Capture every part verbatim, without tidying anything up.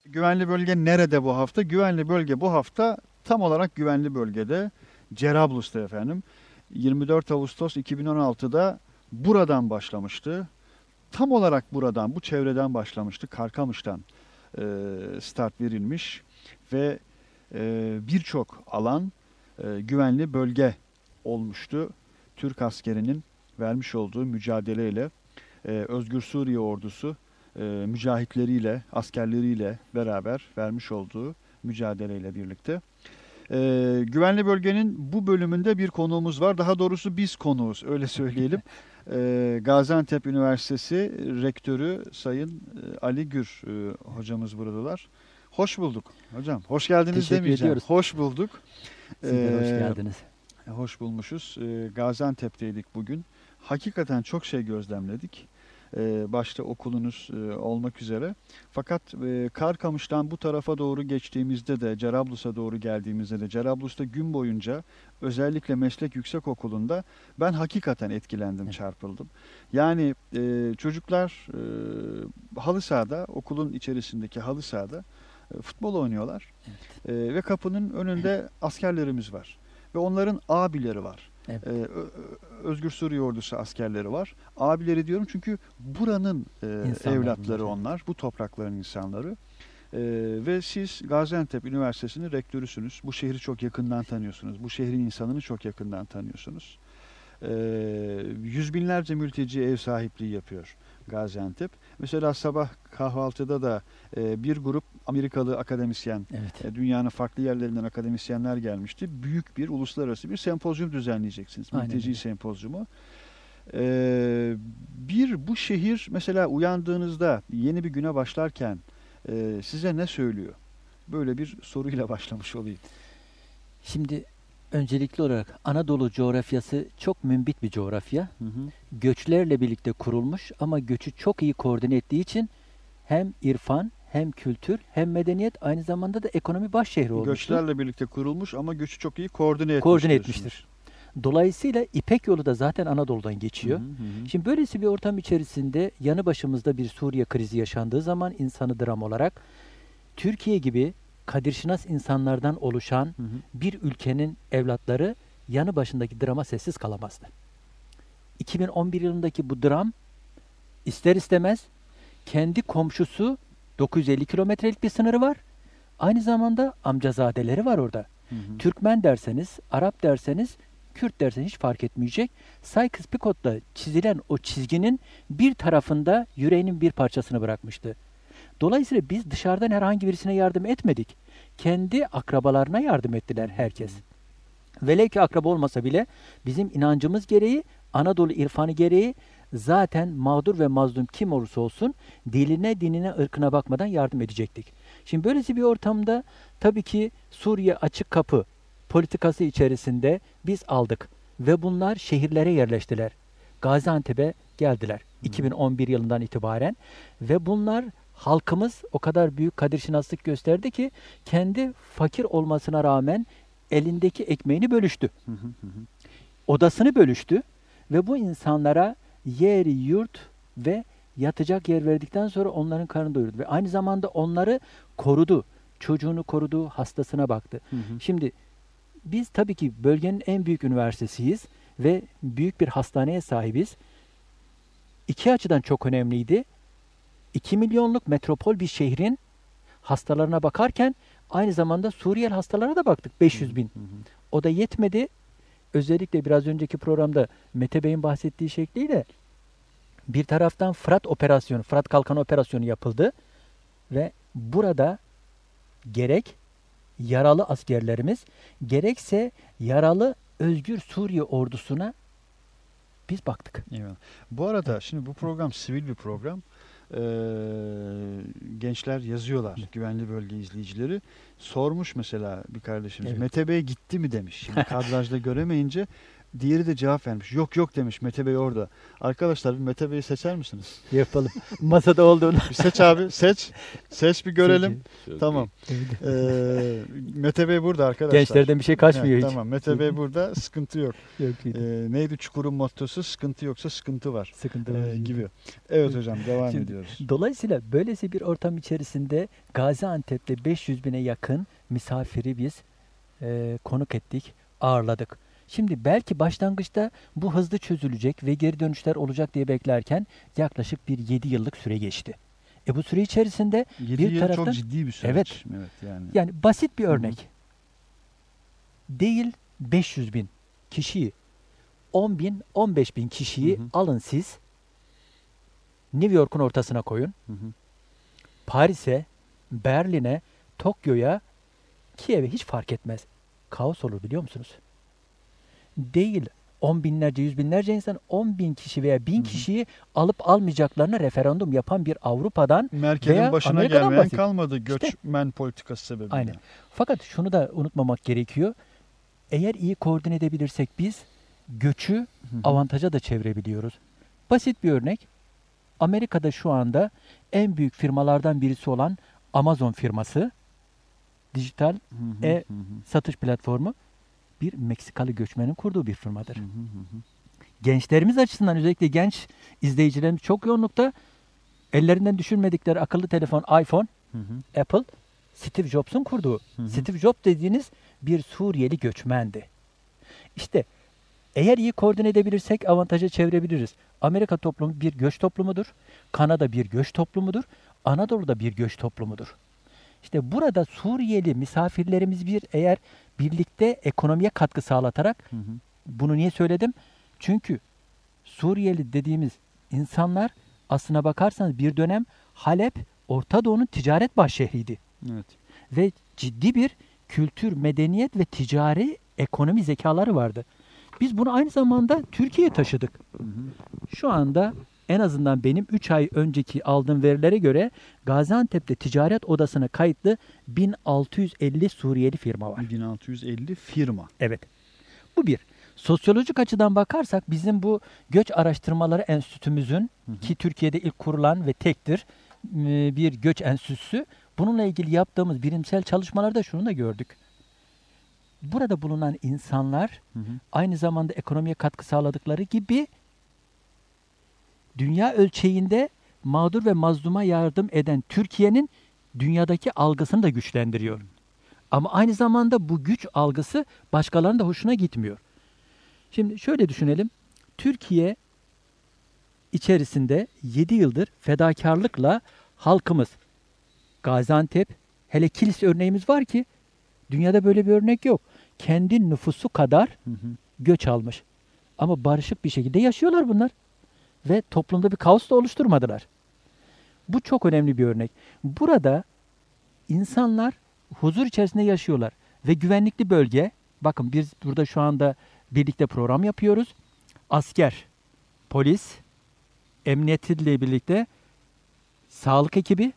Güvenli bölge nerede bu hafta? Güvenli bölge bu hafta tam olarak güvenli bölgede. Cerablus'ta efendim. yirmi dört Ağustos iki bin on altıda buradan başlamıştı. Tam olarak buradan, bu çevreden başlamıştı. Karkamış'tan e, start verilmiş ve e, birçok alan e, güvenli bölge olmuştu. Türk askerinin vermiş olduğu mücadeleyle e, Özgür Suriye ordusu e, mücahitleriyle, askerleriyle beraber vermiş olduğu mücadeleyle birlikte. E, güvenli bölgenin bu bölümünde bir konuğumuz var. Daha doğrusu biz konuğuz, öyle söyleyelim. E, Gaziantep Üniversitesi Rektörü Sayın e, Ali Gür e, hocamız buradalar. Hoş bulduk hocam. Hoş geldiniz Teşekkür demeyeceğim. ediyoruz. Hoş bulduk. Sizler hoş E, geldiniz. Hoş bulmuşuz. E, Gaziantep'teydik bugün. Hakikaten çok şey gözlemledik. E, başta okulunuz e, olmak üzere. Fakat e, Karkamış'tan bu tarafa doğru geçtiğimizde de, Cerablus'a doğru geldiğimizde de, Cerablus'ta gün boyunca özellikle meslek yüksekokulunda ben hakikaten etkilendim, Evet. çarpıldım. Yani e, çocuklar e, halı sahada, okulun içerisindeki halı sahada e, futbol oynuyorlar. Evet. E, ve kapının önünde askerlerimiz var. Ve onların abileri var. Evet. Ee, Ö- Ö- Özgür Suriye Ordusu askerleri var. Abileri diyorum çünkü buranın e, İnsanlar evlatları bunlar, evet. onlar. Bu toprakların insanları. Ee, ve siz Gaziantep Üniversitesi'nin rektörüsünüz. Bu şehri çok yakından tanıyorsunuz. Bu şehrin insanını çok yakından tanıyorsunuz. Ee, yüz binlerce mülteci ev sahipliği yapıyor Gaziantep. Mesela sabah kahvaltıda da e, bir grup Amerikalı akademisyen, Evet. e, dünyanın farklı yerlerinden akademisyenler gelmişti. Büyük bir uluslararası bir sempozyum düzenleyeceksiniz. Aynen Mülteci öyle. sempozyumu. Ee, bir bu şehir mesela uyandığınızda yeni bir güne başlarken e, size ne söylüyor? Böyle bir soruyla başlamış olayım. Şimdi öncelikli olarak Anadolu coğrafyası çok mümbit bir coğrafya. Hı hı. Göçlerle birlikte kurulmuş ama göçü çok iyi koordine ettiği için hem irfan, hem kültür, hem medeniyet, aynı zamanda da ekonomi baş şehri olmuştur. Göçlerle birlikte kurulmuş ama göçü çok iyi koordine etmiş Koordine diyorsunuz. etmiştir. Dolayısıyla İpek yolu da zaten Anadolu'dan Hı geçiyor. hı hı. Şimdi böylesi bir ortam içerisinde yanı başımızda bir Suriye krizi yaşandığı zaman insanı dram olarak Türkiye gibi kadirşinas insanlardan oluşan Hı hı. bir ülkenin evlatları yanı başındaki drama sessiz kalamazdı. iki bin on bir yılındaki bu dram ister istemez kendi komşusu dokuz yüz elli kilometrelik bir sınırı var. Aynı zamanda amcazadeleri var orada. Hı hı. Türkmen derseniz, Arap derseniz, Kürt derseniz hiç fark etmeyecek. Sykes-Picot'la çizilen o çizginin bir tarafında yüreğinin bir parçasını bırakmıştı. Dolayısıyla biz dışarıdan herhangi birisine yardım etmedik. Kendi akrabalarına yardım ettiler herkes. Velev ki akraba olmasa bile bizim inancımız gereği, Anadolu irfanı gereği zaten mağdur ve mazlum kim olursa olsun diline, dinine, ırkına bakmadan yardım edecektik. Şimdi böylesi bir ortamda tabii ki Suriye açık kapı politikası içerisinde biz aldık ve bunlar şehirlere yerleştiler. Gaziantep'e geldiler iki bin on bir yılından itibaren ve bunlar halkımız o kadar büyük kadirşinaslık gösterdi ki kendi fakir olmasına rağmen elindeki ekmeğini bölüştü. Hı hı hı. Odasını bölüştü ve bu insanlara yer, yurt ve yatacak yer verdikten sonra onların karnını doyurdu. Ve aynı zamanda onları korudu. Çocuğunu korudu, hastasına baktı. Hı hı. Şimdi biz tabii ki bölgenin en büyük üniversitesiyiz ve büyük bir hastaneye sahibiz. İki açıdan çok önemliydi. iki milyonluk metropol bir şehrin hastalarına bakarken aynı zamanda Suriyeli hastalara da baktık beş yüz bin. Hı hı. O da yetmedi. Özellikle biraz önceki programda Mete Bey'in bahsettiği şekliyle bir taraftan Fırat operasyonu, Fırat Kalkanı operasyonu yapıldı ve burada gerek yaralı askerlerimiz gerekse yaralı Özgür Suriye ordusuna biz baktık. Eyvallah. Bu arada şimdi bu program sivil bir program. Ee, gençler yazıyorlar, Evet. güvenli bölge izleyicileri. Sormuş mesela bir kardeşimiz, Evet. Mete Bey gitti mi demiş. Şimdi kadrajda göremeyince Diğeri de cevap vermiş. Yok yok demiş, Mete Bey orada. Arkadaşlar bir Mete Bey'i seçer misiniz? Yapalım. Masada olduğunu. Bir seç abi, seç. Seç bir görelim. Çok Tamam. iyi. Ee, Mete Bey burada arkadaşlar. Gençlerden bir şey kaçmıyor Evet, hiç. Tamam, Mete Bey burada, sıkıntı yok. Yok, Ee, neydi Çukur'un mottosu? Sıkıntı yoksa sıkıntı var. sıkıntı Ee, var. gibi. Evet hocam, devam Şimdi, ediyoruz. Dolayısıyla böylesi bir ortam içerisinde Gaziantep'te beş yüz bine yakın misafiri biz e, konuk ettik, ağırladık. Şimdi belki başlangıçta bu hızlı çözülecek ve geri dönüşler olacak diye beklerken yaklaşık bir yedi yıllık süre geçti. E bu süre içerisinde yedi bir yıl taraftan- çok ciddi bir süreç. Evet. Evet yani. yani basit bir Hı hı. örnek. Değil beş yüz bin kişiyi, on bin, on beş bin kişiyi Hı hı. alın siz, New York'un ortasına koyun. Hı hı. Paris'e, Berlin'e, Tokyo'ya, Kiev'e hiç fark etmez. Kaos olur biliyor musunuz? Değil on binlerce, yüz binlerce insan, on bin kişi veya bin Hı hı. kişiyi alıp almayacaklarına referandum yapan bir Avrupa'dan Merkel'in veya başına Amerika'dan gelmeyen bahsediyor. kalmadı göçmen politikası sebebiyle. Aynen. Fakat şunu da unutmamak gerekiyor. Eğer iyi koordine edebilirsek biz göçü Hı hı. avantaja da çevirebiliyoruz. Basit bir örnek. Amerika'da şu anda en büyük firmalardan birisi olan Amazon firması, dijital Hı hı, e- hı hı, satış platformu, bir Meksikalı göçmenin kurduğu bir firmadır. hı hı, hı hı. Gençlerimiz açısından, özellikle genç izleyicilerimiz çok yoğunlukta, ellerinden düşürmedikleri akıllı telefon iPhone, Hı hı, Apple, Steve Jobs'un kurduğu. hı hı. Steve Jobs dediğiniz bir Suriyeli göçmendi. İşte eğer iyi koordine edebilirsek avantaja çevirebiliriz. Amerika toplumu bir göç toplumudur. Kanada bir göç toplumudur. Anadolu'da bir göç toplumudur. İşte burada Suriyeli misafirlerimiz bir eğer birlikte ekonomiye katkı sağlatarak, Hı hı. bunu niye söyledim? Çünkü Suriyeli dediğimiz insanlar aslına bakarsanız bir dönem Halep Orta Doğu'nun ticaret başşehriydi. Evet. Ve ciddi bir kültür, medeniyet ve ticari ekonomi zekaları vardı. Biz bunu aynı zamanda Türkiye'ye taşıdık. Hı hı. Şu anda en azından benim üç ay önceki aldığım verilere göre Gaziantep'te ticaret odasına kayıtlı bin altı yüz elli Suriyeli firma var. bin altı yüz elli firma. Evet. Bu bir. Sosyolojik açıdan bakarsak bizim bu göç araştırmaları enstitümüzün, Hı hı. ki Türkiye'de ilk kurulan ve tektir e, bir göç enstitüsü, bununla ilgili yaptığımız bilimsel çalışmalarda şunu da gördük. Burada bulunan insanlar Hı hı. aynı zamanda ekonomiye katkı sağladıkları gibi dünya ölçeğinde mağdur ve mazluma yardım eden Türkiye'nin dünyadaki algısını da güçlendiriyor. Ama aynı zamanda bu güç algısı başkalarının da hoşuna gitmiyor. Şimdi şöyle düşünelim. Türkiye içerisinde yedi yıldır fedakarlıkla halkımız, Gaziantep, hele Kilis örneğimiz var ki dünyada böyle bir örnek yok. Kendi nüfusu kadar Hı hı. göç almış. Ama barışık bir şekilde yaşıyorlar bunlar. Ve toplumda bir kaos da oluşturmadılar. Bu çok önemli bir örnek. Burada insanlar huzur içerisinde yaşıyorlar. Ve güvenlikli bölge, bakın biz burada şu anda birlikte program yapıyoruz. Asker, polis, emniyetiyle birlikte sağlık ekibi,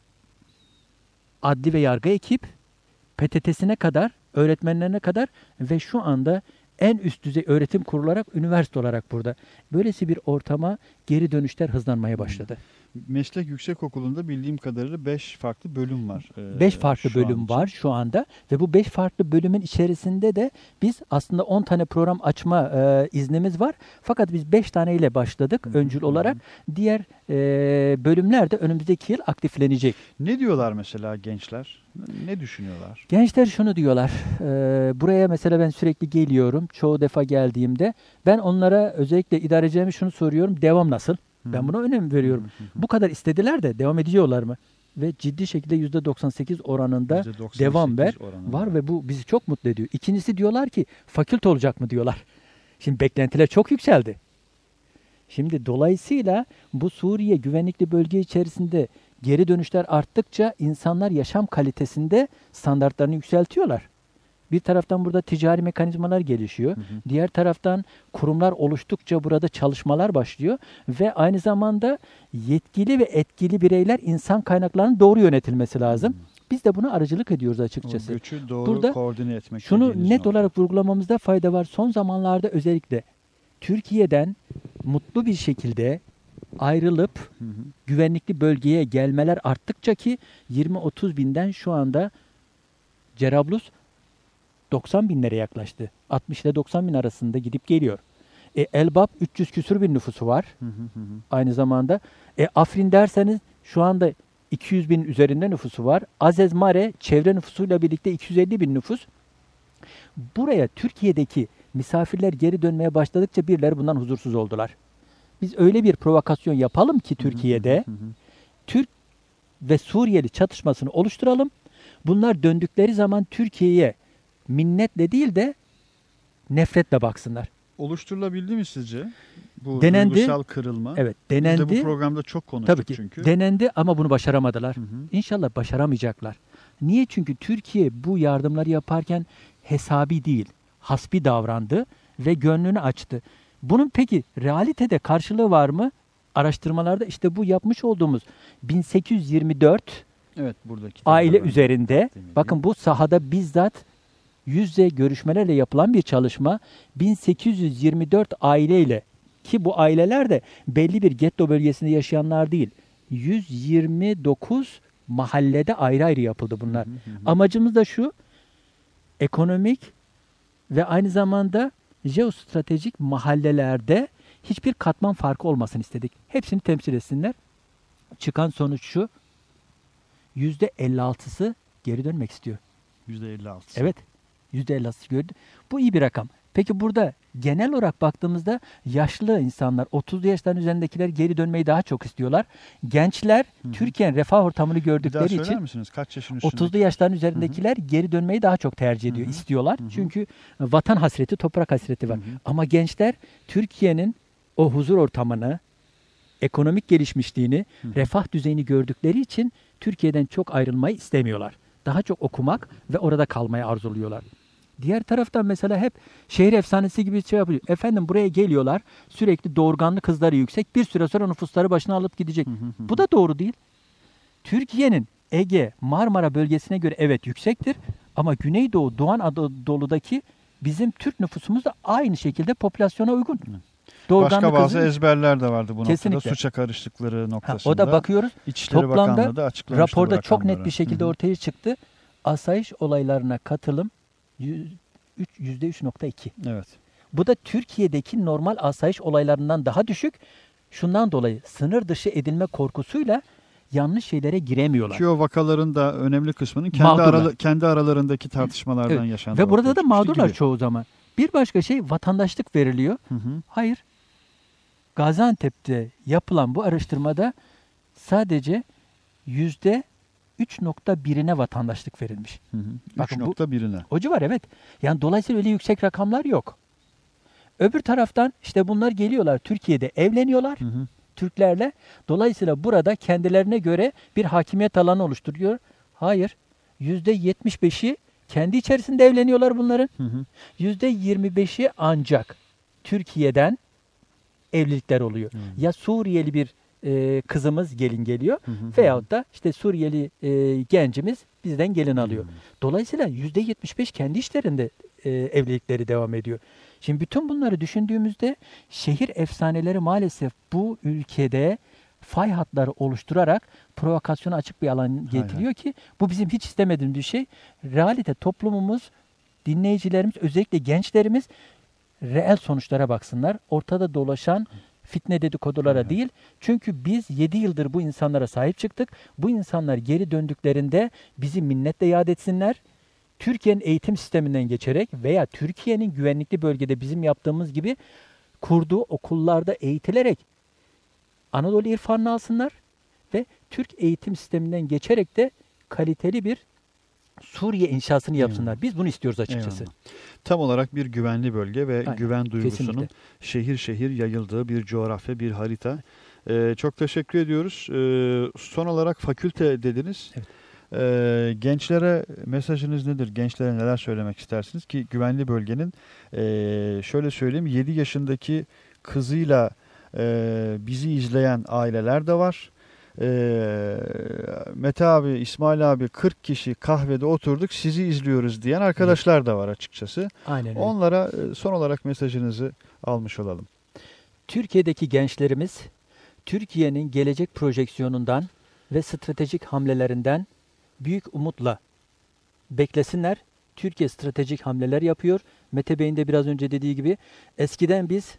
adli ve yargı ekip, P T T'sine kadar, öğretmenlerine kadar ve şu anda en üst düzey öğretim kurularak, üniversite olarak burada. Böylesi bir ortama geri dönüşler hızlanmaya başladı. Meslek Yüksekokulu'nda bildiğim kadarıyla beş farklı bölüm var. Ee, beş farklı şu an bölüm için. var şu anda ve bu beş farklı bölümün içerisinde de biz aslında on tane program açma e, iznimiz var. Fakat biz beş taneyle başladık Hı hı, öncül hı olarak. Diğer e, bölümler de önümüzdeki yıl aktiflenecek. Ne diyorlar mesela gençler? Ne düşünüyorlar? Gençler şunu diyorlar, e, buraya mesela ben sürekli geliyorum, çoğu defa geldiğimde ben onlara, özellikle idarecilerime şunu soruyorum, devam nasıl? Ben buna önem veriyorum. Hı hı. Bu kadar istediler de devam ediyorlar mı? Ve ciddi şekilde yüzde doksan sekiz oranında yüzde doksan sekiz devam ver oranında. var ve bu bizi çok mutlu ediyor. İkincisi diyorlar ki fakülte olacak mı diyorlar. Şimdi beklentiler çok yükseldi. Şimdi dolayısıyla bu Suriye güvenlikli bölge içerisinde geri dönüşler arttıkça insanlar yaşam kalitesinde standartlarını yükseltiyorlar. Bir taraftan burada ticari mekanizmalar gelişiyor. Hı hı. Diğer taraftan kurumlar oluştukça burada çalışmalar başlıyor ve aynı zamanda yetkili ve etkili bireyler insan kaynaklarının doğru yönetilmesi lazım. Biz de buna aracılık ediyoruz O açıkçası. göçü doğru Burada koordine etmek Şunu dediğiniz net nokta. olarak vurgulamamızda fayda var. Son zamanlarda özellikle Türkiye'den mutlu bir şekilde ayrılıp Hı hı. güvenlikli bölgeye gelmeler arttıkça ki yirmi otuz binden şu anda Cerablus doksan binlere yaklaştı. altmış ile doksan bin arasında gidip geliyor. E, Elbap üç yüz küsür bin nüfusu var Hı hı hı hı. aynı zamanda. E, Afrin derseniz şu anda iki yüz bin üzerinde nüfusu var. Azez Mare çevre nüfusuyla birlikte iki yüz elli bin nüfus. Buraya Türkiye'deki misafirler geri dönmeye başladıkça birileri bundan huzursuz oldular. Biz öyle bir provokasyon yapalım ki Türkiye'de Hı hı. Türk ve Suriyeli çatışmasını oluşturalım. Bunlar döndükleri zaman Türkiye'ye minnetle değil de nefretle baksınlar. Oluşturulabildi mi sizce? Bu Denendi. duygusal kırılma. Evet, Biz de denendi. bu programda çok konuştuk Tabii ki. çünkü. Denendi ama bunu başaramadılar. Hı hı. İnşallah başaramayacaklar. Niye? Çünkü Türkiye bu yardımları yaparken hesabi değil, hasbi davrandı ve gönlünü açtı. Bunun peki realitede karşılığı var mı? Araştırmalarda işte bu yapmış olduğumuz bin sekiz yüz yirmi dört Evet, buradaki aile ben üzerinde, takdim edeyim. bakın bu sahada bizzat yüz yüze görüşmelerle yapılan bir çalışma, bin sekiz yüz yirmi dört aileyle, ki bu aileler de belli bir getto bölgesinde yaşayanlar değil, yüz yirmi dokuz mahallede ayrı ayrı yapıldı bunlar. Hı hı hı. Amacımız da şu, ekonomik ve aynı zamanda jeostratejik mahallelerde hiçbir katman farkı olmasını istedik. Hepsini temsil etsinler. Çıkan sonuç şu, yüzde elli altısı geri dönmek istiyor. yüzde elli altı. Evet, yüzde elli altısı gördü. Bu iyi bir rakam. Peki burada genel olarak baktığımızda yaşlı insanlar, otuzlu yaşların üzerindekiler geri dönmeyi daha çok istiyorlar. Gençler Hı hı. Türkiye'nin refah ortamını Bir daha gördükleri söyler için misiniz? Kaç yaşın üstünde? otuzlu yaşların üzerindekiler geri dönmeyi daha çok tercih ediyor, Hı hı. istiyorlar. Hı hı. Çünkü vatan hasreti, toprak hasreti var. Hı hı. Ama gençler Türkiye'nin o huzur ortamını, ekonomik gelişmişliğini, Hı hı. refah düzeyini gördükleri için Türkiye'den çok ayrılmayı istemiyorlar. Daha çok okumak ve orada kalmayı arzuluyorlar. Diğer taraftan mesela hep şehir efsanesi gibi şey yapıyor. Efendim buraya geliyorlar, sürekli doğurganlı kızları yüksek, bir süre sonra nüfusları başına alıp gidecek. Hı hı hı. Bu da doğru değil. Türkiye'nin Ege, Marmara bölgesine göre evet yüksektir ama Güneydoğu, Doğu Anadolu'daki bizim Türk nüfusumuz da aynı şekilde popülasyona uygun. Doğurganlı Başka bazı kızın- ezberler de vardı bu Kesinlikle. noktada. Suça karıştıkları Ha, noktasında. o da bakıyoruz. İçişleri Toplamda Bakanlığı da açıklamıştı bu raporda çok net rakamları. bir şekilde Hı hı. ortaya çıktı. Asayiş olaylarına katılım yüzde üç nokta iki. Evet. Bu da Türkiye'deki normal asayiş olaylarından daha düşük. Şundan dolayı sınır dışı edilme korkusuyla yanlış şeylere giremiyorlar. Ki o vakaların da önemli kısmının kendi, Mağdurlar. aralı, kendi aralarındaki tartışmalardan Evet. yaşandığı Ve burada ortaya da çıkmıştı mağdurlar gibi. çoğu zaman. Bir başka şey vatandaşlık veriliyor. Hı hı. Hayır. Gaziantep'te yapılan bu araştırmada sadece yüzde üç nokta birine vatandaşlık verilmiş. Hı hı. Bakın bu- üç nokta birine. O civar evet. Yani dolayısıyla öyle yüksek rakamlar yok. Öbür taraftan işte bunlar geliyorlar Türkiye'de evleniyorlar Hı hı. Türklerle. Dolayısıyla burada kendilerine göre bir hakimiyet alanı oluşturuyor. Hayır. yüzde yetmiş beşi kendi içerisinde evleniyorlar bunların. Hı hı. yüzde yirmi beşi ancak Türkiye'den evlilikler oluyor. Hı. Ya Suriyeli bir e, kızımız gelin geliyor Hı hı. veyahut da işte Suriyeli e, gencimiz bizden gelin alıyor. Hı. Dolayısıyla yüzde yetmiş beş kendi işlerinde e, evlilikleri devam ediyor. Şimdi bütün bunları düşündüğümüzde şehir efsaneleri maalesef bu ülkede fay hatları oluşturarak provokasyona açık bir alan getiriyor ki bu bizim hiç istemediğimiz bir şey. Realite toplumumuz, dinleyicilerimiz, özellikle gençlerimiz reel sonuçlara baksınlar. Ortada dolaşan fitne dedikodulara Evet. değil. Çünkü biz yedi yıldır bu insanlara sahip çıktık. Bu insanlar geri döndüklerinde bizi minnetle yad etsinler. Türkiye'nin eğitim sisteminden geçerek veya Türkiye'nin güvenlikli bölgede bizim yaptığımız gibi kurduğu okullarda eğitilerek Anadolu irfanını alsınlar ve Türk eğitim sisteminden geçerek de kaliteli bir Suriye inşasını yapsınlar. Biz bunu istiyoruz açıkçası. Eyvallah. Tam olarak bir güvenli bölge ve Aynen, güven duygusunun kesinlikle. şehir şehir yayıldığı bir coğrafya, bir harita. Ee, çok teşekkür ediyoruz. Ee, son olarak fakülte dediniz. Evet. Ee, gençlere mesajınız nedir? Gençlere neler söylemek istersiniz ki güvenli bölgenin ee, şöyle söyleyeyim yedi yaşındaki kızıyla ee, bizi izleyen aileler de var. Ee, Mete abi, İsmail abi kırk kişi kahvede oturduk sizi izliyoruz diyen arkadaşlar da var açıkçası. Aynen öyle. Onlara e, son olarak mesajınızı almış olalım. Türkiye'deki gençlerimiz Türkiye'nin gelecek projeksiyonundan ve stratejik hamlelerinden büyük umutla beklesinler. Türkiye stratejik hamleler yapıyor. Mete Bey'in de biraz önce dediği gibi eskiden biz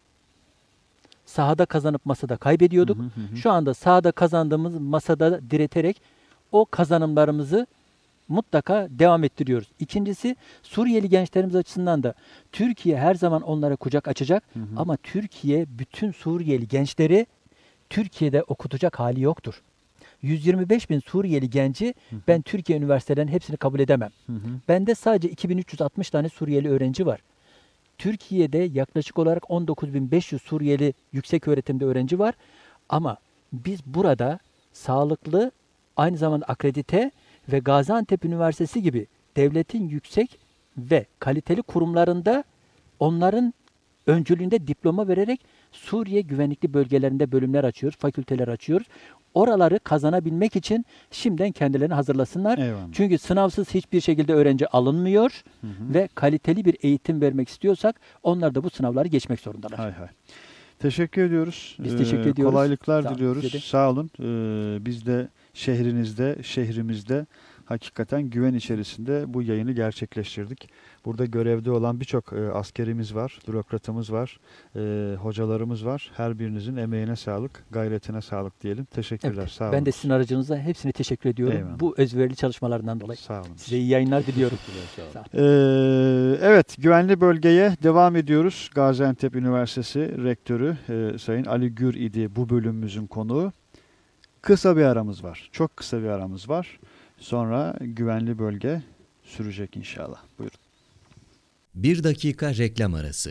sahada kazanıp masada kaybediyorduk. Hı hı hı. Şu anda sahada kazandığımız masada direterek o kazanımlarımızı mutlaka devam ettiriyoruz. İkincisi, Suriyeli gençlerimiz açısından da Türkiye her zaman onlara kucak açacak. Hı hı. Ama Türkiye bütün Suriyeli gençleri Türkiye'de okutacak hali yoktur. yüz yirmi beş bin Suriyeli genci Hı hı. ben Türkiye üniversitelerinin hepsini kabul edemem. Hı hı. Bende sadece iki bin üç yüz altmış tane Suriyeli öğrenci var. Türkiye'de yaklaşık olarak on dokuz bin beş yüz Suriyeli yüksek öğretimde öğrenci var. Ama biz burada sağlıklı, aynı zamanda akredite ve Gaziantep Üniversitesi gibi devletin yüksek ve kaliteli kurumlarında onların öncülüğünde diploma vererek Suriye güvenlikli bölgelerinde bölümler açıyoruz, fakülteler açıyoruz. Oraları kazanabilmek için şimdiden kendilerini hazırlasınlar. Eyvallah. Çünkü sınavsız hiçbir şekilde öğrenci alınmıyor Hı hı. ve kaliteli bir eğitim vermek istiyorsak onlar da bu sınavları geçmek zorundalar. Hay hay. Teşekkür ediyoruz. Biz teşekkür Ee, ediyoruz. Kolaylıklar Sağ olun, diliyoruz. size de. Sağ olun. Ee, biz de şehrinizde, şehrimizde hakikaten güven içerisinde bu yayını gerçekleştirdik. Burada görevde olan birçok e, askerimiz var, bürokratımız var, e, hocalarımız var. Her birinizin emeğine sağlık, gayretine sağlık diyelim. Teşekkürler. Evet, Sağ olun. ben de sizin aracınızda hepsine teşekkür ediyorum. Eyvallah. Bu özverili çalışmalarından dolayı. Sağ olun. Size iyi yayınlar diliyorum. Sağ olun. Ee, evet, güvenli bölgeye devam ediyoruz. Gaziantep Üniversitesi Rektörü e, Sayın Ali Gür idi bu bölümümüzün konuğu. Kısa bir aramız var. Çok kısa bir aramız var. Sonra güvenli bölge sürecek inşallah. Buyurun. Bir dakika reklam arası.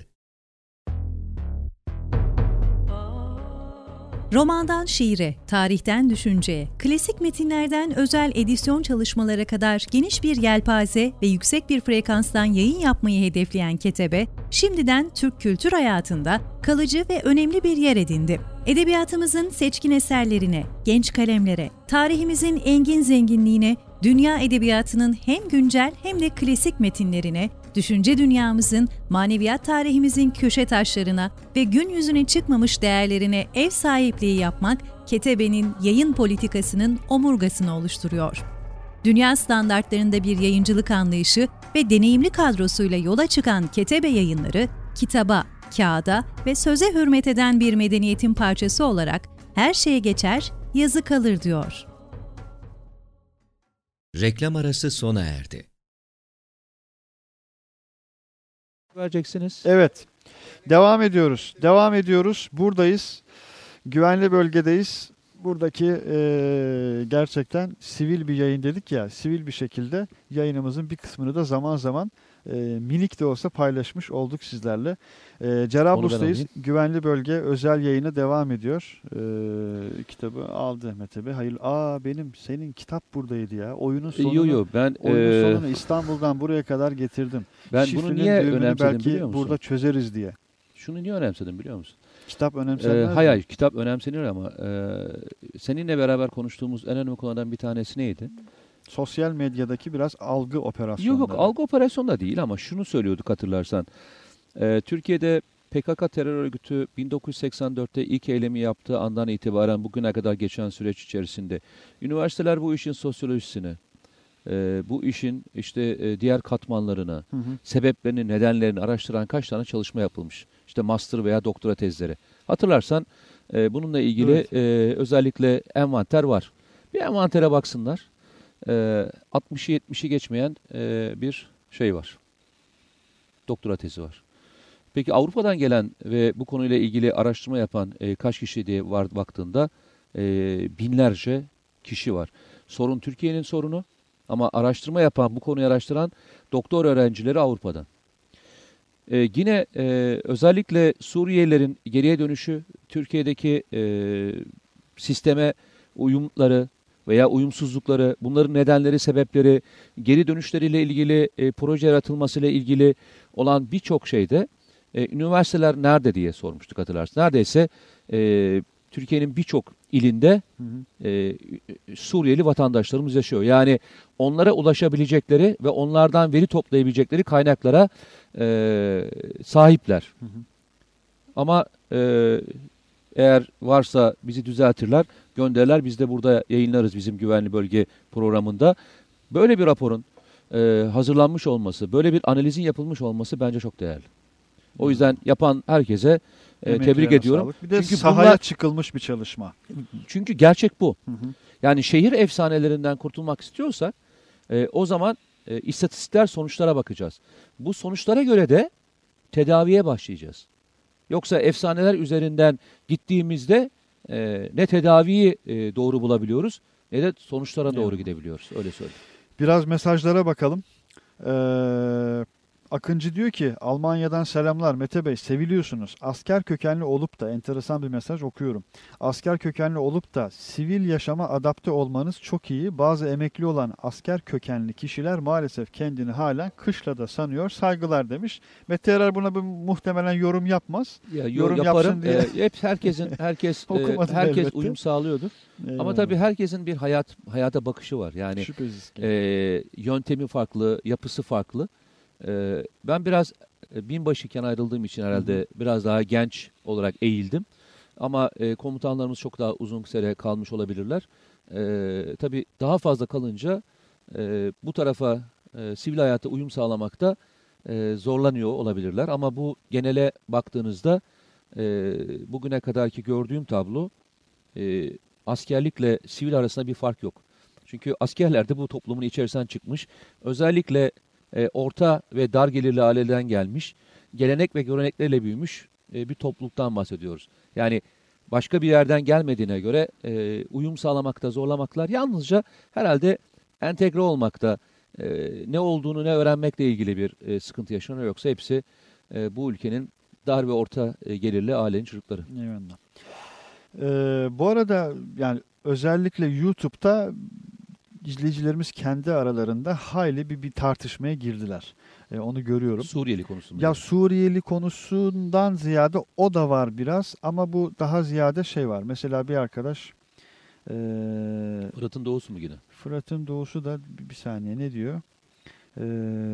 Romandan şiire, tarihten düşünceye, klasik metinlerden özel edisyon çalışmalara kadar geniş bir yelpaze ve yüksek bir frekanstan yayın yapmayı hedefleyen Ketebe, şimdiden Türk kültür hayatında kalıcı ve önemli bir yer edindi. Edebiyatımızın seçkin eserlerine, genç kalemlere, tarihimizin engin zenginliğine, dünya edebiyatının hem güncel hem de klasik metinlerine, düşünce dünyamızın, maneviyat tarihimizin köşe taşlarına ve gün yüzüne çıkmamış değerlerine ev sahipliği yapmak, Ketebe'nin yayın politikasının omurgasını oluşturuyor. Dünya standartlarında bir yayıncılık anlayışı ve deneyimli kadrosuyla yola çıkan Ketebe Yayınları, kitaba, kağıda ve söze hürmet eden bir medeniyetin parçası olarak her şeye geçer, yazı kalır diyor. Reklam arası sona erdi. Vereceksiniz. Evet. Devam ediyoruz. Devam ediyoruz. Buradayız. Güvenli bölgedeyiz. Buradaki e, gerçekten sivil bir yayın dedik ya. Sivil bir şekilde yayınımızın bir kısmını da zaman zaman e, minik de olsa paylaşmış olduk sizlerle. E, Cerablus'tayız. alayım. Güvenli bölge özel yayını devam ediyor. E, kitabı aldı Mete Bey. Hayır. Aa benim senin kitap buradaydı ya. Oyunun sonunu, Yo yo ben oyunun e, sonunu İstanbul'dan buraya kadar getirdim. ben Şifrenin bunu niye düğümünü önemsedim belki biliyor musun? burada çözeriz diye. Şunu niye önemsedim biliyor musun? Kitap Ee, önemsenmez hayır, mi? hayır kitap önemsenir ama e, seninle beraber konuştuğumuz en önemli konulardan bir tanesi neydi? Sosyal medyadaki biraz algı operasyonları. Yok yok algı operasyonu da değil ama şunu söylüyorduk hatırlarsan. Ee, Türkiye'de P K K terör örgütü bin dokuz yüz seksen dörtte ilk eylemi yaptığı andan itibaren bugüne kadar geçen süreç içerisinde üniversiteler bu işin sosyolojisini, e, bu işin işte e, diğer katmanlarını, Hı hı. sebeplerini, nedenlerini araştıran kaç tane çalışma yapılmış. İşte master veya doktora tezleri. Hatırlarsan e, bununla ilgili Evet. e, özellikle envanter var. Bir envantere baksınlar. E, altmışı yetmişi geçmeyen e, bir şey var. Doktora tezi var. Peki Avrupa'dan gelen ve bu konuyla ilgili araştırma yapan e, kaç kişi diye var baktığında e, binlerce kişi var. Sorun Türkiye'nin sorunu ama araştırma yapan, bu konuyu araştıran doktor öğrencileri Avrupa'dan. Ee, yine e, özellikle Suriyelilerin geriye dönüşü, Türkiye'deki e, sisteme uyumları veya uyumsuzlukları, bunların nedenleri, sebepleri, geri dönüşleriyle ilgili, e, proje yaratılmasıyla ilgili olan birçok şeyde e, üniversiteler nerede diye sormuştuk hatırlarsın. Neredeyse e, Türkiye'nin birçok ilinde Hı hı. e, Suriyeli vatandaşlarımız yaşıyor. Yani onlara ulaşabilecekleri ve onlardan veri toplayabilecekleri kaynaklara e, sahipler. Hı hı. Ama e, eğer varsa bizi düzeltirler, gönderirler. Biz de burada yayınlarız bizim güvenli bölge programında. Böyle bir raporun e, hazırlanmış olması, böyle bir analizin yapılmış olması bence çok değerli. O yüzden yapan herkese e, tebrik Emeklerine ediyorum. sağlık. Bir de Çünkü sahaya bunlar- çıkılmış bir çalışma. Çünkü gerçek bu. Hı hı. Yani şehir efsanelerinden kurtulmak istiyorsak e, o zaman e, istatistikler sonuçlara bakacağız. Bu sonuçlara göre de tedaviye başlayacağız. Yoksa efsaneler üzerinden gittiğimizde e, ne tedaviyi e, doğru bulabiliyoruz ne de sonuçlara doğru Evet. gidebiliyoruz. Öyle söyleyeyim. Biraz mesajlara bakalım. Ee, Akıncı diyor ki Almanya'dan selamlar Mete Bey, seviliyorsunuz. Asker kökenli olup da enteresan bir mesaj okuyorum. Asker kökenli olup da sivil yaşama adapte olmanız çok iyi. Bazı emekli olan asker kökenli kişiler maalesef kendini halen kışlada sanıyor. Saygılar demiş. Mete Erer buna bir muhtemelen yorum yapmaz. Ya, Yorum yorum yaparım. yapsın diye. E, hep herkesin herkes e, Okumadım herkes elbette. uyum sağlıyordur. Ama Eyvallah. tabii herkesin bir hayat hayata bakışı var. Yani Şüphesiz ki. e, yöntemi farklı, yapısı farklı. E, ben biraz e, binbaşıyken ayrıldığım için herhalde Hı hı. biraz daha genç olarak eğildim. Ama e, komutanlarımız çok daha uzun süre kalmış olabilirler. E, tabii daha fazla kalınca e, bu tarafa e, sivil hayata uyum sağlamakta e, zorlanıyor olabilirler. Ama bu genele baktığınızda e, bugüne kadarki gördüğüm tablo e, askerlikle sivil arasında bir fark yok. Çünkü askerler de bu toplumun içerisinden çıkmış. Özellikle e, orta ve dar gelirli aileden gelmiş, gelenek ve göreneklerle büyümüş e, bir topluluktan bahsediyoruz. Yani başka bir yerden gelmediğine göre e, uyum sağlamakta zorlamaklar yalnızca herhalde entegre olmakta, e, ne olduğunu ne öğrenmekle ilgili bir e, sıkıntı yaşanıyor. Yoksa hepsi e, bu ülkenin dar ve orta e, gelirli ailenin çocukları. Eyvallah. Ee, bu arada yani özellikle YouTube'da izleyicilerimiz kendi aralarında hayli bir, bir tartışmaya girdiler. Ee, onu görüyorum. Suriyeli konusunda. Ya Suriyeli konusundan ziyade o da var biraz ama bu daha ziyade şey var. Mesela bir arkadaş ee, Fırat'ın doğusu mu yine? Fırat'ın doğusu da bir, bir saniye ne diyor? Ee,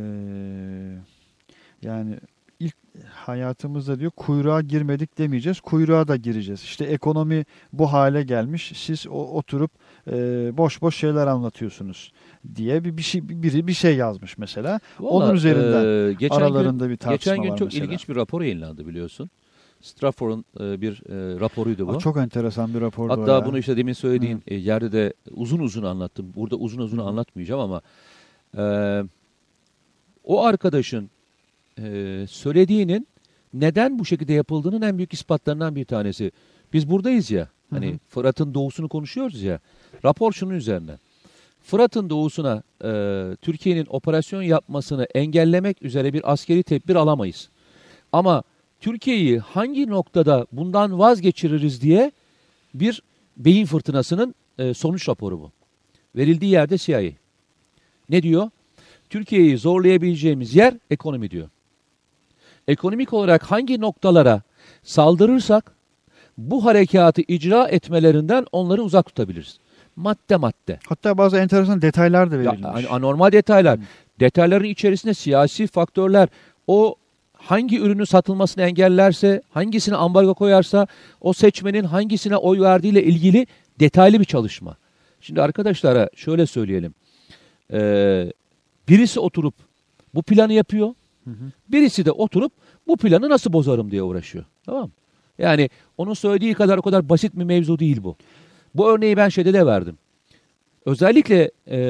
yani ilk hayatımızda diyor kuyruğa girmedik demeyeceğiz. Kuyruğa da gireceğiz. İşte ekonomi bu hale gelmiş. Siz o, oturup e, boş boş şeyler anlatıyorsunuz diye bir bir şey biri bir şey yazmış mesela. Onun Vallahi, üzerinden e, geçen aralarında gün, bir tartışma Geçen gün var çok mesela. ilginç bir rapor yayınlandı biliyorsun. Stratfor'un e, bir e, raporuydu bu. Aa, çok enteresan bir rapordu o Hatta ya. bunu işte demin söylediğin e, yerde de uzun uzun anlattım. Burada uzun uzun anlatmayacağım ama e, o arkadaşın e, söylediğinin neden bu şekilde yapıldığının en büyük ispatlarından bir tanesi. Biz buradayız ya. Hani Hı hı. Fırat'ın doğusunu konuşuyoruz ya. Rapor şunun üzerine. Fırat'ın doğusuna e, Türkiye'nin operasyon yapmasını engellemek üzere bir askeri tedbir alamayız. Ama Türkiye'yi hangi noktada bundan vazgeçiririz diye bir beyin fırtınasının e, sonuç raporu bu. Verildiği yerde C I A. Ne diyor? Türkiye'yi zorlayabileceğimiz yer ekonomi diyor. Ekonomik olarak hangi noktalara saldırırsak bu harekatı icra etmelerinden onları uzak tutabiliriz. Madde madde. Hatta bazı enteresan detaylar da Ya, verilmiş. hani anormal detaylar. Detayların içerisinde siyasi faktörler, o hangi ürünün satılmasını engellerse, hangisine ambargo koyarsa, o seçmenin hangisine oy verdiğiyle ilgili detaylı bir çalışma. Şimdi arkadaşlara şöyle söyleyelim. Ee, birisi oturup bu planı yapıyor. Hı hı. Birisi de oturup bu planı nasıl bozarım diye uğraşıyor. Tamam mı? Yani onun söylediği kadar o kadar basit bir mevzu değil bu. Bu örneği ben şeyde de verdim. Özellikle e,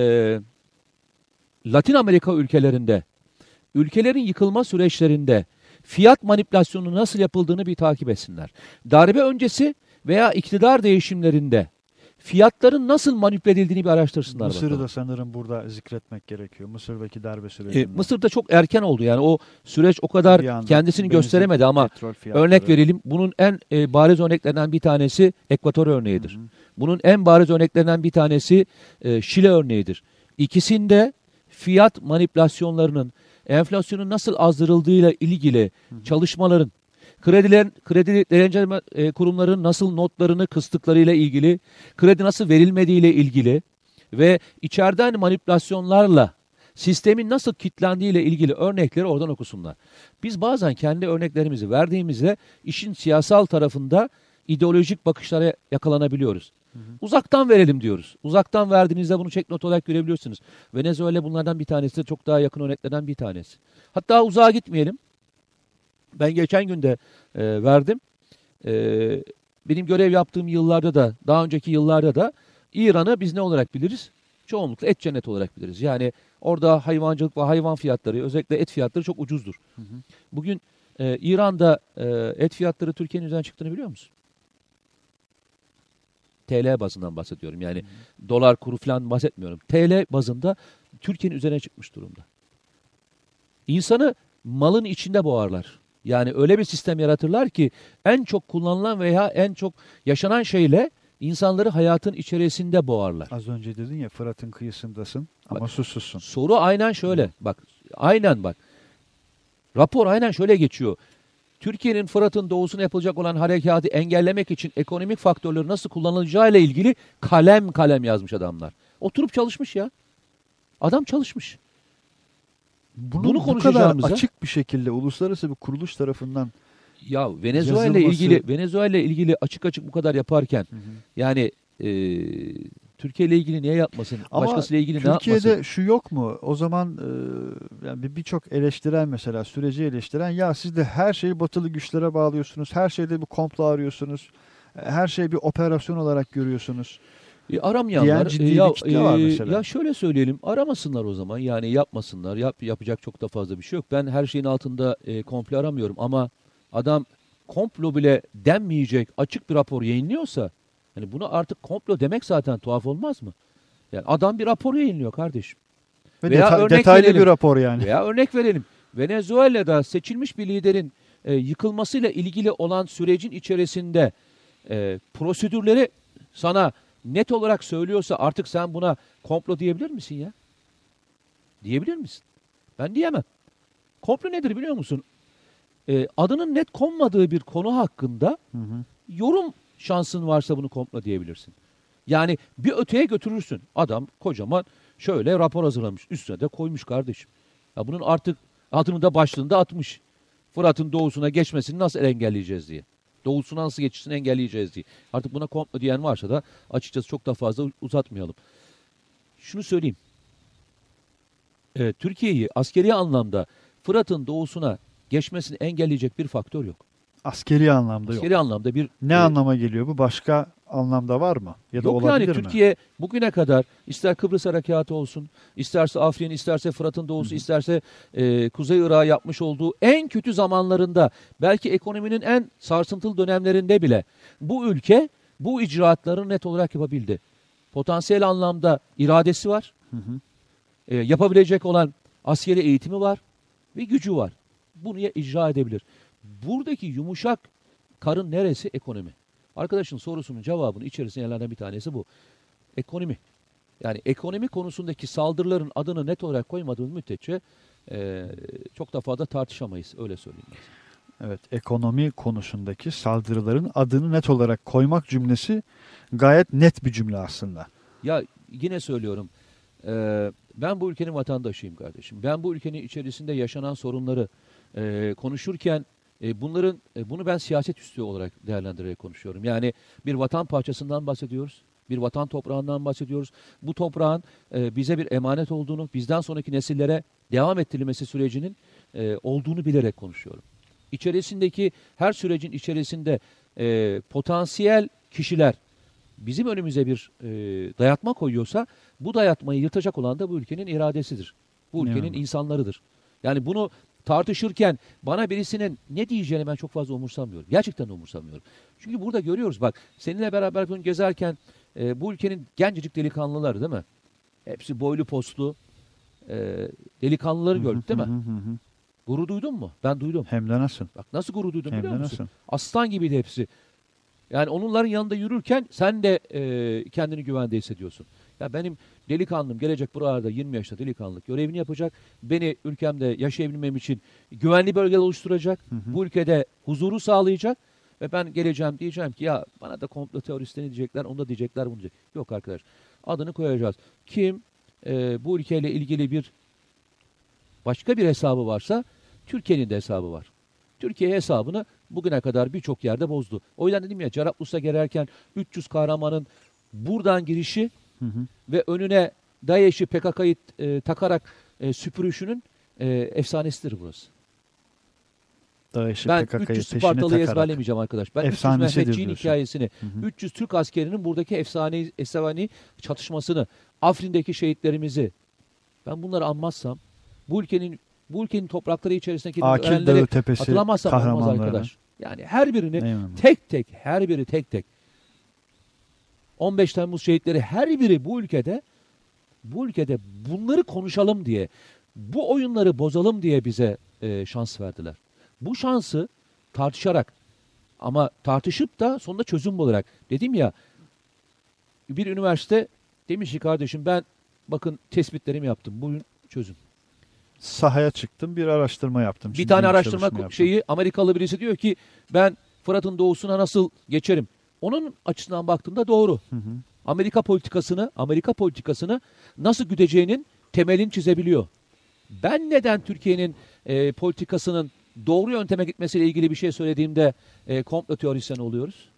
Latin Amerika ülkelerinde, ülkelerin yıkılma süreçlerinde fiyat manipülasyonu nasıl yapıldığını bir takip etsinler. Darbe öncesi veya iktidar değişimlerinde fiyatların nasıl manipüle edildiğini bir araştırsınlar. Mısır'ı bakalım. da sanırım burada zikretmek gerekiyor. Mısır'daki darbe E, sürecinde. Mısır'da çok erken oldu. Yani o süreç o kadar Bir anda kendisini benzin, gösteremedi ama petrol fiyatları. örnek verelim. Bunun en e, bariz örneklerinden bir tanesi Ekvator örneğidir. Hı hı. Bunun en bariz örneklerinden bir tanesi e, Şile örneğidir. İkisinde fiyat manipülasyonlarının, enflasyonun nasıl azdırıldığıyla ilgili Hı hı. çalışmaların krediler, kredi değerlendirme e, kurumlarının nasıl notlarını kıstıklarıyla ilgili, kredi nasıl verilmediğiyle ilgili ve içeriden manipülasyonlarla sistemin nasıl kilitlendiğiyle ilgili örnekleri oradan okusunlar. Biz bazen kendi örneklerimizi verdiğimizde işin siyasal tarafında ideolojik bakışlara yakalanabiliyoruz. Hı hı. Uzaktan verelim diyoruz. Uzaktan verdiğinizde bunu çek not olarak görebiliyorsunuz. Venezuela bunlardan bir tanesi, çok daha yakın örneklerden bir tanesi. Hatta uzağa gitmeyelim. Ben geçen gün de e, verdim. E, benim görev yaptığım yıllarda da, daha önceki yıllarda da İran'ı biz ne olarak biliriz? Çoğunlukla et cenneti olarak biliriz. Yani orada hayvancılık ve hayvan fiyatları, özellikle et fiyatları çok ucuzdur. Hı hı. Bugün e, İran'da e, et fiyatları Türkiye'nin üzerine çıktığını biliyor musun? T L bazından bahsediyorum. Yani hı. dolar kuru falan bahsetmiyorum. T L bazında Türkiye'nin üzerine çıkmış durumda. İnsanı malın içinde boğarlar. Yani öyle bir sistem yaratırlar ki en çok kullanılan veya en çok yaşanan şeyle insanları hayatın içerisinde boğarlar. Az önce dedin ya, Fırat'ın kıyısındasın ama bak, susuzsun. Soru aynen şöyle. Hı. Bak aynen bak. Rapor aynen şöyle geçiyor. Türkiye'nin Fırat'ın doğusuna yapılacak olan harekatı engellemek için ekonomik faktörleri nasıl kullanılacağı ile ilgili kalem kalem yazmış adamlar. Oturup çalışmış ya. Adam çalışmış. Bunu, Bunu bu kadar konuşacağımıza- açık bir şekilde uluslararası bir kuruluş tarafından Ya Venezuela ile yazılması- ilgili Venezuela ile ilgili açık açık bu kadar yaparken Hı hı. yani e, Türkiye ile ilgili niye yapmasın? Ama Başkasıyla ilgili ne Türkiye'de yapmasın? şu yok mu? O zaman e, yani bir- birçok eleştiren, mesela süreci eleştiren, ya siz de her şeyi batılı güçlere bağlıyorsunuz. Her şeyde bir komplo arıyorsunuz. Her şeyi bir operasyon olarak görüyorsunuz. E, aramayanlar diyen ciddi e, bir ya, kitle var e, mesela. ya şöyle söyleyelim, aramasınlar o zaman. Yani yapmasınlar. Yap, yapacak çok da fazla bir şey yok. Ben her şeyin altında e, komplo aramıyorum ama adam komplo bile denmeyecek açık bir rapor yayınlıyorsa, hani buna artık komplo demek zaten tuhaf olmaz mı? Yani adam bir rapor yayınlıyor kardeşim. Ve Veya deta- örnek detaylı verelim. bir rapor yani. Veya örnek verelim. Venezuela'da seçilmiş bir liderin e, yıkılmasıyla ilgili olan sürecin içerisinde e, prosedürleri sana net olarak söylüyorsa artık sen buna komplo diyebilir misin ya? Diyebilir misin? Ben diyemem. Komplo nedir biliyor musun? E, adının net konmadığı bir konu hakkında Hı hı. yorum şansın varsa bunu komplo diyebilirsin. Yani bir öteye götürürsün. Adam kocaman şöyle rapor hazırlamış. Üstüne de koymuş kardeşim. Ya bunun artık adını da başlığında atmış. Fırat'ın doğusuna geçmesini nasıl engelleyeceğiz diye. Doğusuna nasıl geçişini engelleyeceğiz diye. Artık buna komplo diyen varsa da açıkçası çok da fazla uzatmayalım. Şunu söyleyeyim. Ee, Türkiye'yi askeri anlamda Fırat'ın doğusuna geçmesini engelleyecek bir faktör yok. Askeri anlamda yok. Askeri anlamda bir... Ne e, anlama geliyor bu? Başka anlamda var mı? Ya da Yok olabilir yani mi? Türkiye bugüne kadar ister Kıbrıs Harekatı olsun, isterse Afrin, isterse Fırat'ın doğusu, isterse e, Kuzey Irak'a yapmış olduğu en kötü zamanlarında, belki ekonominin en sarsıntılı dönemlerinde bile bu ülke bu icraatları net olarak yapabildi. Potansiyel anlamda iradesi var, Hı hı. e, yapabilecek olan askeri eğitimi var ve gücü var. Bunu ya- icra edebilir. Buradaki yumuşak karın neresi? Ekonomi. Arkadaşın sorusunun cevabının içerisinde yer alan bir tanesi bu. Ekonomi. Yani ekonomi konusundaki saldırıların adını net olarak koymadığımız müddetçe e, çok da fazla tartışamayız. Öyle söyleyeyim. Ben. Evet, ekonomi konusundaki saldırıların adını net olarak koymak cümlesi gayet net bir cümle aslında. Ya yine söylüyorum. e, ben bu ülkenin vatandaşıyım kardeşim. Ben bu ülkenin içerisinde yaşanan sorunları e, konuşurken E, bunların e, bunu ben siyaset üstü olarak değerlendirerek konuşuyorum. Yani bir vatan parçasından bahsediyoruz. Bir vatan toprağından bahsediyoruz. Bu toprağın e, bize bir emanet olduğunu, bizden sonraki nesillere devam ettirilmesi sürecinin e, olduğunu bilerek konuşuyorum. İçerisindeki her sürecin içerisinde e, potansiyel kişiler bizim önümüze bir e, dayatma koyuyorsa, bu dayatmayı yırtacak olan da bu ülkenin iradesidir. Bu ülkenin Yani. insanlarıdır. Yani bunu tartışırken bana birisinin ne diyeceğini ben çok fazla umursamıyorum. Gerçekten umursamıyorum. Çünkü burada görüyoruz, bak seninle beraber bugün gezerken e, bu ülkenin gencecik delikanlıları, değil mi? Hepsi boylu postlu e, delikanlıları gördük, değil mi? Hı hı hı hı. Gurur duydun mu? Ben duydum. Hem de nasıl? Bak nasıl gurur duydum Hem biliyor de musun? nasıl? Aslan gibiydi hepsi. Yani onların yanında yürürken sen de e, kendini güvende hissediyorsun. Ya benim delikanlım gelecek buralarda yirmi yaşta delikanlılık görevini yapacak. Beni ülkemde yaşayabilmem için güvenli bölgeler oluşturacak. Hı hı. Bu ülkede huzuru sağlayacak. Ve ben geleceğim diyeceğim ki ya bana da komplo teoristleri diyecekler, onu da diyecekler, bunu diyecek. Yok arkadaş. Adını koyacağız. Kim e, bu ülkeyle ilgili bir başka bir hesabı varsa Türkiye'nin de hesabı var. Türkiye hesabını bugüne kadar birçok yerde bozdu. O yüzden dedim ya Cerablus'a girerken üç yüz kahramanın buradan girişi Hı hı. ve önüne DAEŞ'i P K K'yı e, takarak e, süpürüşünün e, efsanesidir burası. DAEŞ'i Ben P K K'yı üç yüz peşine Spartalı'yı takarak. ezberlemeyeceğim arkadaş. Ben üç yüz Efsanesidir Mehmetçiğin diyorsun. hikayesini, Hı hı. üç yüz Türk askerinin buradaki efsane, efsane çatışmasını, Afrin'deki şehitlerimizi ben bunları anmazsam bu ülkenin bu ülkenin toprakları içerisindeki Akil ölenleri Dağı Tepesi hatırlamazsam olmaz kahramanlarını. arkadaş. Yani her birini Eyvallah. tek tek, her biri tek tek. on beş Temmuz şehitleri her biri bu ülkede bu ülkede bunları konuşalım diye, bu oyunları bozalım diye bize e, şans verdiler. Bu şansı tartışarak ama tartışıp da sonunda çözüm bularak. Dedim ya bir üniversite demiş ki kardeşim ben bakın tespitlerimi yaptım. Bugün çözüm. Sahaya çıktım, bir araştırma yaptım. Bir Şimdi tane bir araştırma çalışma ko- yaptım. şeyi Amerikalı birisi diyor ki ben Fırat'ın doğusuna nasıl geçerim? Onun açısından baktığımda doğru. Hı hı. Amerika politikasını, Amerika politikasını nasıl güdeceğinin temelini çizebiliyor. Ben neden Türkiye'nin e, politikasının doğru yönteme gitmesiyle ilgili bir şey söylediğimde e, komplo teorisyeni oluyoruz?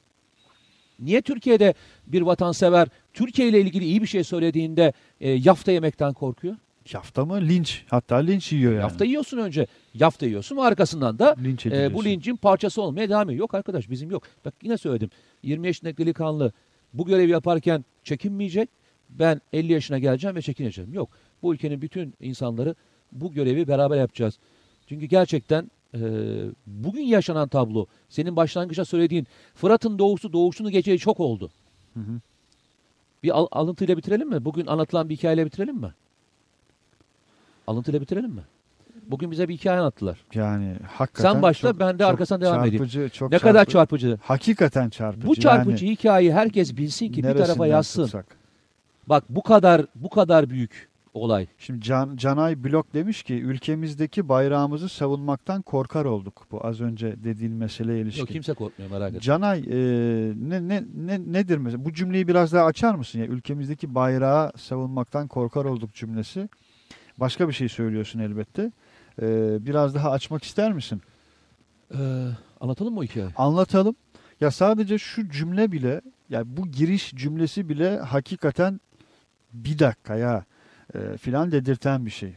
Niye Türkiye'de bir vatansever Türkiye ile ilgili iyi bir şey söylediğinde e, yafta yemekten korkuyor? Yafta mı? Linç. Hatta linç yiyor yani. Yafta yiyorsun önce. Yafta yiyorsun ve arkasından da Linç e, ediliyorsun. bu lincin parçası olmaya devam ediyor. Yok arkadaş bizim yok. Bak yine söyledim. yirmi yaşındaki delikanlı bu görevi yaparken çekinmeyecek. Ben elli yaşına geleceğim ve çekineceğim. Yok. Bu ülkenin bütün insanları bu görevi beraber yapacağız. Çünkü gerçekten e, bugün yaşanan tablo, senin başlangıçta söylediğin Fırat'ın doğusu doğuşunu geçeceği çok oldu. Hı hı. Bir al- alıntıyla bitirelim mi? Bugün anlatılan bir hikayeyle bitirelim mi? Alıntıyla bitirelim mi? Bugün bize bir hikaye anlattılar. Yani hakikaten Sen başla, çok- ben de çok arkasından devam edeyim. çarpıcı, Çok Ne çarpıcı. kadar çarpıcı. Hakikaten çarpıcı. Bu çarpıcı Yani hikayeyi herkes bilsin ki bir tarafa neresinden yazsın. tutsak. Bak bu kadar bu kadar büyük olay. Şimdi Can, Canay Blok demiş ki ülkemizdeki bayrağımızı savunmaktan korkar olduk. Bu az önce dediğin meseleye ilişkin. Yok kimse korkmuyor merak etme. Canay e, ne, ne, ne, nedir mesela? Bu cümleyi biraz daha açar mısın? Ya ülkemizdeki bayrağı savunmaktan korkar olduk cümlesi. Başka bir şey söylüyorsun elbette. E, biraz daha açmak ister misin? Ee, anlatalım mı o hikayeyi? Anlatalım. Ya sadece şu cümle bile, ya bu giriş cümlesi bile hakikaten bir dakika ya e, filan dedirten bir şey.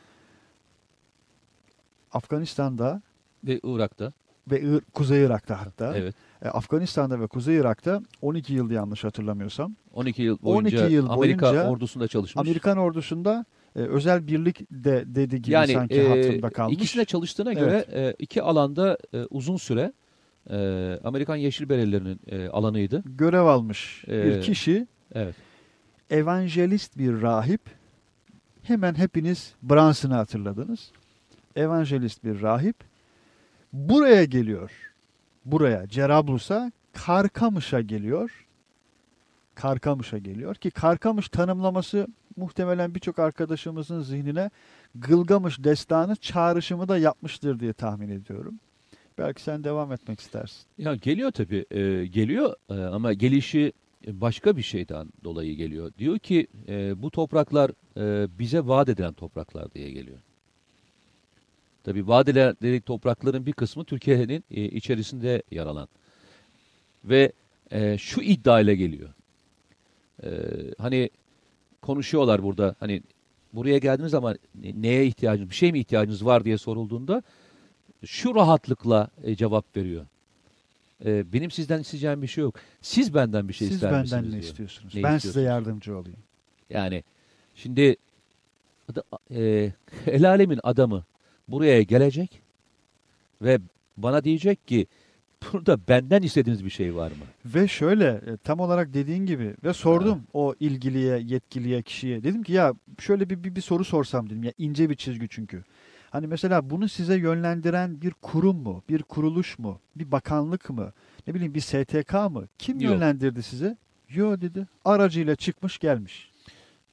Afganistan'da Ve Irak'ta. ve Ir- Kuzey Irak'ta hatta. Evet. E, Afganistan'da ve Kuzey Irak'ta on iki yıldı yanlış hatırlamıyorsam. on iki yıl boyunca on iki yıl Amerika boyunca ordusunda çalışmış. Amerikan ordusunda e, özel birlik de dedi gibi yani sanki e, hatırımda kalmış. ikisine çalıştığına Evet. göre e, iki alanda e, uzun süre e, Amerikan Yeşil Berelilerinin e, alanıydı. Görev almış E, bir kişi, Evet. evangelist bir rahip. Hemen hepiniz Brunson'ı hatırladınız. Evangelist bir rahip buraya geliyor. Buraya, Cerablus'a, Karkamış'a geliyor. Karkamış'a geliyor ki Karkamış tanımlaması muhtemelen birçok arkadaşımızın zihnine Gılgamış destanı çağrışımı da yapmıştır diye tahmin ediyorum. Belki sen devam etmek istersin. Ya geliyor tabii. e, geliyor e, ama gelişi başka bir şeyden dolayı geliyor. Diyor ki e, bu topraklar e, bize vaat edilen topraklar diye geliyor. Tabii vaat edilen toprakların bir kısmı Türkiye'nin e, içerisinde yer alan. Ve e, şu iddia ile geliyor. E, hani konuşuyorlar burada. Hani buraya geldiğiniz zaman neye ihtiyacınız, bir şey mi ihtiyacınız var diye sorulduğunda şu rahatlıkla e, cevap veriyor. E, benim sizden isteyeceğim bir şey yok. Siz benden bir şey Siz ister benden misiniz ne diyor. istiyorsunuz? Ne ben istiyorsunuz? size yardımcı olayım. Yani şimdi e, el alemin adamı buraya gelecek ve bana diyecek ki burada benden istediğiniz bir şey var mı? Ve şöyle e, tam olarak dediğin gibi ve sordum o ilgiliye, yetkiliye, kişiye. Dedim ki ya şöyle bir, bir, bir soru sorsam dedim ya ince bir çizgi çünkü. Hani mesela bunu size yönlendiren bir kurum mu, bir kuruluş mu, bir bakanlık mı, ne bileyim bir S T K mı? Kim Yok. yönlendirdi size? Yo dedi. Aracıyla çıkmış gelmiş.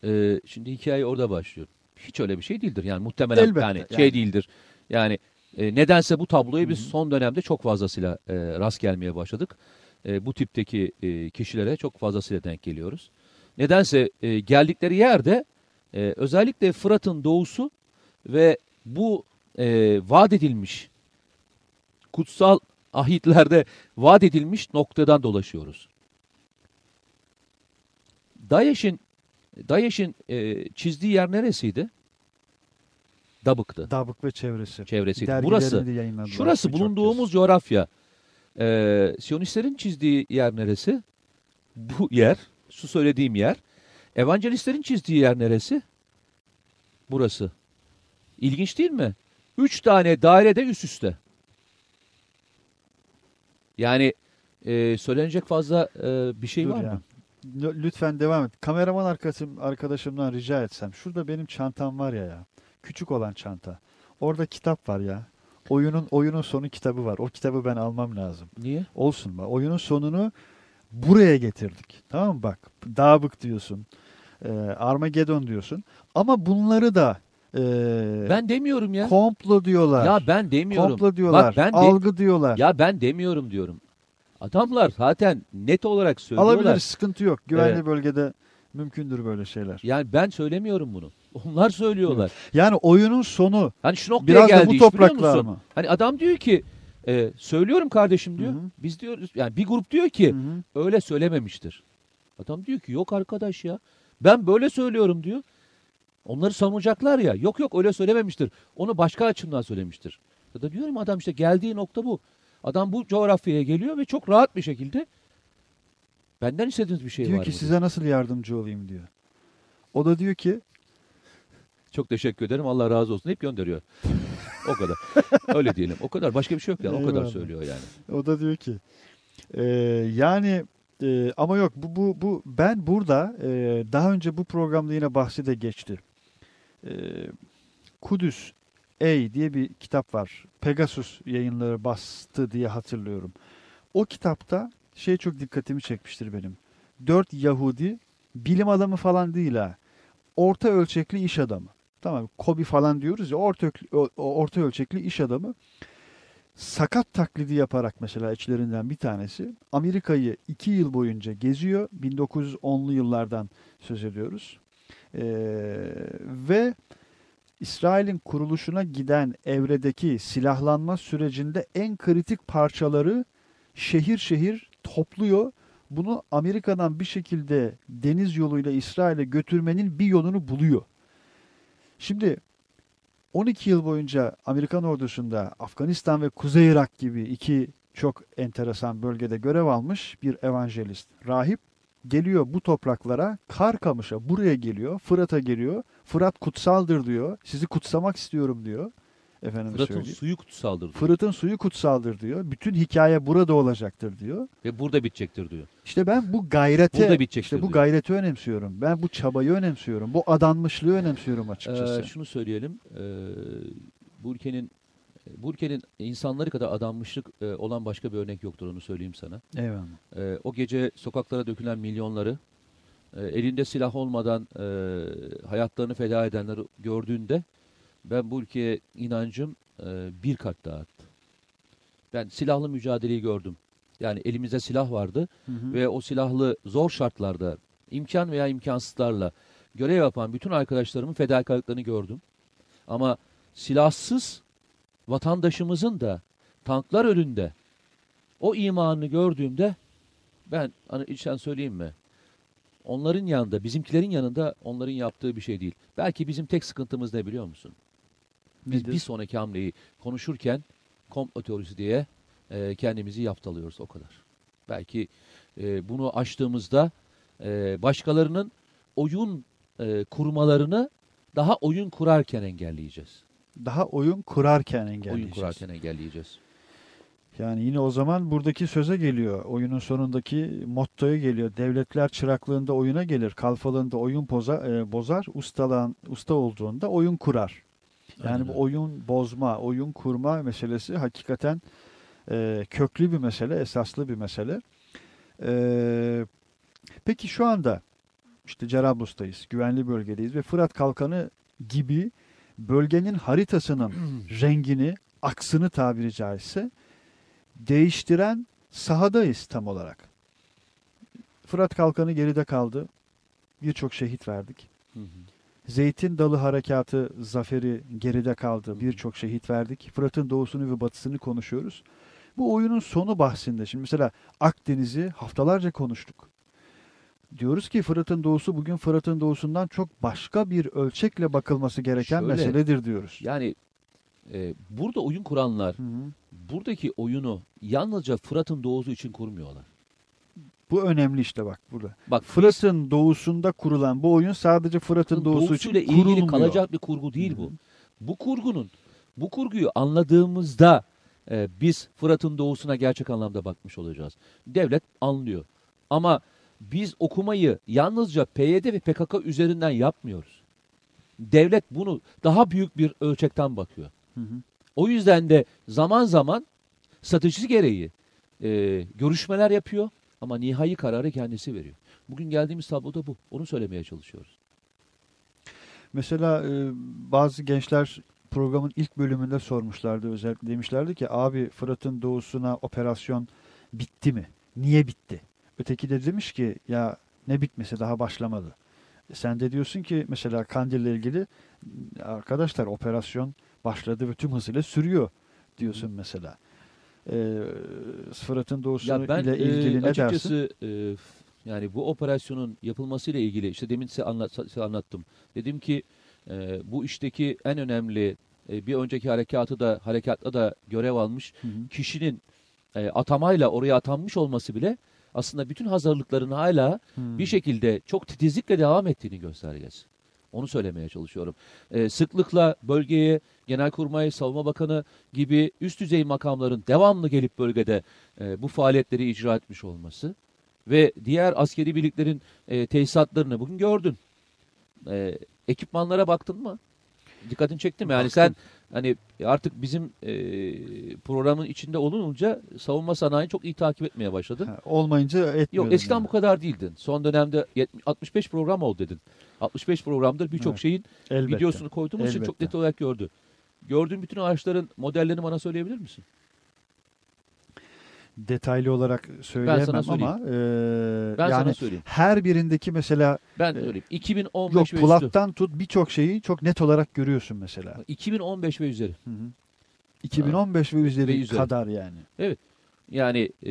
Ee, şimdi hikaye orada başlıyor. Hiç öyle bir şey değildir. Yani muhtemelen Elbette, yani, yani. şey değildir. Yani e, nedense bu tabloyu biz Hı hı. son dönemde çok fazlasıyla e, rast gelmeye başladık. E, bu tipteki e, kişilere çok fazlasıyla denk geliyoruz. Nedense e, geldikleri yerde e, özellikle Fırat'ın doğusu ve bu e, vaat edilmiş kutsal ahitlerde vaat edilmiş noktadan dolaşıyoruz. DAEŞ'in DAEŞ'in e, çizdiği yer neresiydi? Dabık'tı. Dabık ve çevresi. Çevresiydi. Dergilerini Burası. de yayınladılar Şurası birçok bulunduğumuz kez. coğrafya. E, Siyonistlerin çizdiği yer neresi? Bu yer. Şu söylediğim yer. Evangelistlerin çizdiği yer neresi? Burası. İlginç değil mi? Üç tane dairede üst üste. Yani e, söylenecek fazla e, bir şey Dur var ya. mı? L- Lütfen devam et. Kameraman arkadaşım, arkadaşımdan rica etsem. Şurada benim çantam var ya ya. Küçük olan çanta. Orada kitap var ya. Oyunun oyunun sonu kitabı var. O kitabı ben almam lazım. Niye? Olsun bak. Oyunun sonunu buraya getirdik. Tamam mı? Bak. Dabık diyorsun. E, Armageddon diyorsun. Ama bunları da e, Ben demiyorum ya. komplo diyorlar. Ya ben demiyorum. Komplo diyorlar. Bak ben de- algı diyorlar. Ya ben demiyorum diyorum. Adamlar zaten net olarak söylüyorlar. Alabiliriz. Sıkıntı yok. Güvenli Evet. bölgede mümkündür böyle şeyler. Yani ben söylemiyorum bunu. Onlar söylüyorlar. Yani oyunun sonu Hani şu noktaya biraz da geldi bu iş biliyor topraklar musun? mı? Hani adam diyor ki e, söylüyorum kardeşim diyor. Hı hı. Biz diyoruz yani bir grup diyor ki Hı hı. öyle söylememiştir. Adam diyor ki yok arkadaş ya. Ben böyle söylüyorum diyor. Onları savunacaklar ya. Yok yok öyle söylememiştir. Onu başka açımdan söylemiştir. Ya da diyorum adam işte geldiği nokta bu. Adam bu coğrafyaya geliyor ve çok rahat bir şekilde benden istediğiniz bir şey Diyor var ki mı? size nasıl yardımcı olayım diyor. O da diyor ki Çok teşekkür ederim. Allah razı olsun deyip gönderiyor. O kadar. Öyle diyelim. O kadar. Başka bir şey yok yani. O kadar Eyvallah. söylüyor yani. o da diyor ki e, yani e, ama yok bu bu bu ben burada e, daha önce bu programda yine bahsi de geçti. E, Kudüs Ey diye bir kitap var. Pegasus yayınları bastı diye hatırlıyorum. O kitapta şey çok dikkatimi çekmiştir benim. Dört Yahudi bilim adamı falan değil ha. Orta ölçekli iş adamı. Tamam, Kobi falan diyoruz ya, orta, o- o- orta ölçekli iş adamı. Sakat taklidi yaparak mesela içlerinden bir tanesi Amerika'yı iki yıl boyunca geziyor. bin dokuz yüz onlu yıllardan söz ediyoruz. Ee, ve İsrail'in kuruluşuna giden evredeki silahlanma sürecinde en kritik parçaları şehir şehir topluyor. Bunu Amerika'dan bir şekilde deniz yoluyla İsrail'e götürmenin bir yolunu buluyor. Şimdi on iki yıl boyunca Amerikan ordusunda Afganistan ve Kuzey Irak gibi iki çok enteresan bölgede görev almış bir evangelist, rahip geliyor bu topraklara, Karkamış'a, buraya geliyor, Fırat'a geliyor. Fırat kutsaldır diyor. Sizi kutsamak istiyorum diyor. Efendim Fırat'ın söyleyeyim. suyu kutsaldır diyor. Fırat'ın suyu kutsaldır diyor. Bütün hikaye burada olacaktır diyor. Ve burada bitecektir diyor. İşte ben bu gayrete, Burada bitecektir işte bu diyor. gayreti önemsiyorum. Ben bu çabayı önemsiyorum. Bu adanmışlığı önemsiyorum açıkçası. Ee, şunu söyleyelim. Ee, bu ülkenin bu ülkenin insanları kadar adanmışlık e, olan başka bir örnek yoktur, onu söyleyeyim sana. Eyvallah. Ee, o gece sokaklara dökülen milyonları e, elinde silah olmadan e, hayatlarını feda edenleri gördüğünde ben bu ülkeye inancım e, bir kat daha arttı. Ben silahlı mücadeleyi gördüm. Yani elimizde silah vardı Hı hı. ve o silahlı zor şartlarda imkan veya imkansızlarla görev yapan bütün arkadaşlarımın fedakarlıklarını gördüm. Ama silahsız vatandaşımızın da tanklar önünde o imanını gördüğümde ben hani içten söyleyeyim mi? Onların yanında, bizimkilerin yanında onların yaptığı bir şey değil. Belki bizim tek sıkıntımız ne biliyor musun? Biz Nedir? bir sonraki hamleyi konuşurken komplo teorisi diye e, kendimizi yaftalıyoruz, o kadar. Belki e, bunu aştığımızda e, başkalarının oyun e, kurmalarını daha oyun kurarken engelleyeceğiz. Daha oyun kurarken Oyun engelleyeceğiz. kurarken engelleyeceğiz. Yani yine o zaman buradaki söze geliyor. Oyunun sonundaki mottoya geliyor. Devletler çıraklığında oyuna gelir. Kalfalığında oyun poza, e, bozar. Ustalığın, usta olduğunda oyun kurar. Yani Aynen bu öyle. oyun bozma, oyun kurma meselesi hakikaten e, köklü bir mesele, esaslı bir mesele. E, peki şu anda işte Cerablus'tayız, güvenli bölgedeyiz ve Fırat Kalkanı gibi bölgenin haritasının rengini, aksını tabiri caizse değiştiren sahadayız tam olarak. Fırat Kalkanı geride kaldı. Birçok şehit verdik. Hı hı. Zeytin Dalı Harekatı zaferi geride kaldı. Birçok şehit verdik. Fırat'ın doğusunu ve batısını konuşuyoruz. Bu oyunun sonu bahsinde. Şimdi mesela Akdeniz'i haftalarca konuştuk. Diyoruz ki Fırat'ın doğusu bugün Fırat'ın doğusundan çok başka bir ölçekle bakılması gereken Şöyle, meseledir diyoruz. Yani e, burada oyun kuranlar Hı hı. buradaki oyunu yalnızca Fırat'ın doğusu için kurmuyorlar. Bu önemli işte bak burada. Bak Fırat'ın doğusunda kurulan bu oyun sadece Fırat'ın doğusu için doğusuyla ilgili kurulmuyor. kalacak bir kurgu değil Hı hı. bu. Bu kurgunun, bu kurguyu anladığımızda e, biz Fırat'ın doğusuna gerçek anlamda bakmış olacağız. Devlet anlıyor. Ama biz okumayı yalnızca P Y D ve P K K üzerinden yapmıyoruz. Devlet bunu daha büyük bir ölçekten bakıyor. Hı hı. O yüzden de zaman zaman stratejisi gereği e, görüşmeler yapıyor ama nihai kararı kendisi veriyor. Bugün geldiğimiz tabloda bu. Onu söylemeye çalışıyoruz. Mesela e, bazı gençler programın ilk bölümünde sormuşlardı, özellikle demişlerdi ki abi Fırat'ın doğusuna operasyon bitti mi? Niye bitti? Öteki de demiş ki ya ne bitmesi, daha başlamadı. E sen de diyorsun ki mesela Kandil'le ilgili arkadaşlar operasyon başladı ve tüm hızıyla sürüyor diyorsun mesela. E, Fırat'ın doğusu Ya ben ile ilgili e, ne açıkçası dersin? e, yani bu operasyonun yapılmasıyla ilgili işte demin size, anlat, size anlattım. Dedim ki e, bu işteki en önemli e, bir önceki harekatı da harekatta da görev almış Hı hı. kişinin e, atamayla oraya atanmış olması bile aslında bütün hazırlıkların hala Hmm. bir şekilde çok titizlikle devam ettiğini göstergesi. Onu söylemeye çalışıyorum. Ee, sıklıkla bölgeye Genelkurmay, Savunma Bakanı gibi üst düzey makamların devamlı gelip bölgede e, bu faaliyetleri icra etmiş olması ve diğer askeri birliklerin e, tesisatlarını bugün gördün. E, ekipmanlara baktın mı? Dikkatini çekti mi? Yani Baktım. sen hani artık bizim e, programın içinde olununca savunma sanayini çok iyi takip etmeye başladın. Ha, olmayınca etmiyordun. Yok eskiden yani. bu kadar değildin. Son dönemde yetmiş, altmış beş program oldu dedin. altmış beş programdır birçok Evet, şeyin Elbette. videosunu koyduğumuz için çok Elbette. net olarak gördü. Gördüğün bütün araçların modellerini bana söyleyebilir misin? Detaylı olarak söyleyemem sana ama e, Ben sana yani söyleyeyim. her birindeki mesela Ben e, söyleyeyim. iki bin on beş yok ve üstü. Pulat'tan tut birçok şeyi çok net olarak görüyorsun mesela. iki bin on beş ve üzeri. Hı hı. iki bin on beş ve üzeri, Ve üzeri. kadar yani. Yani e,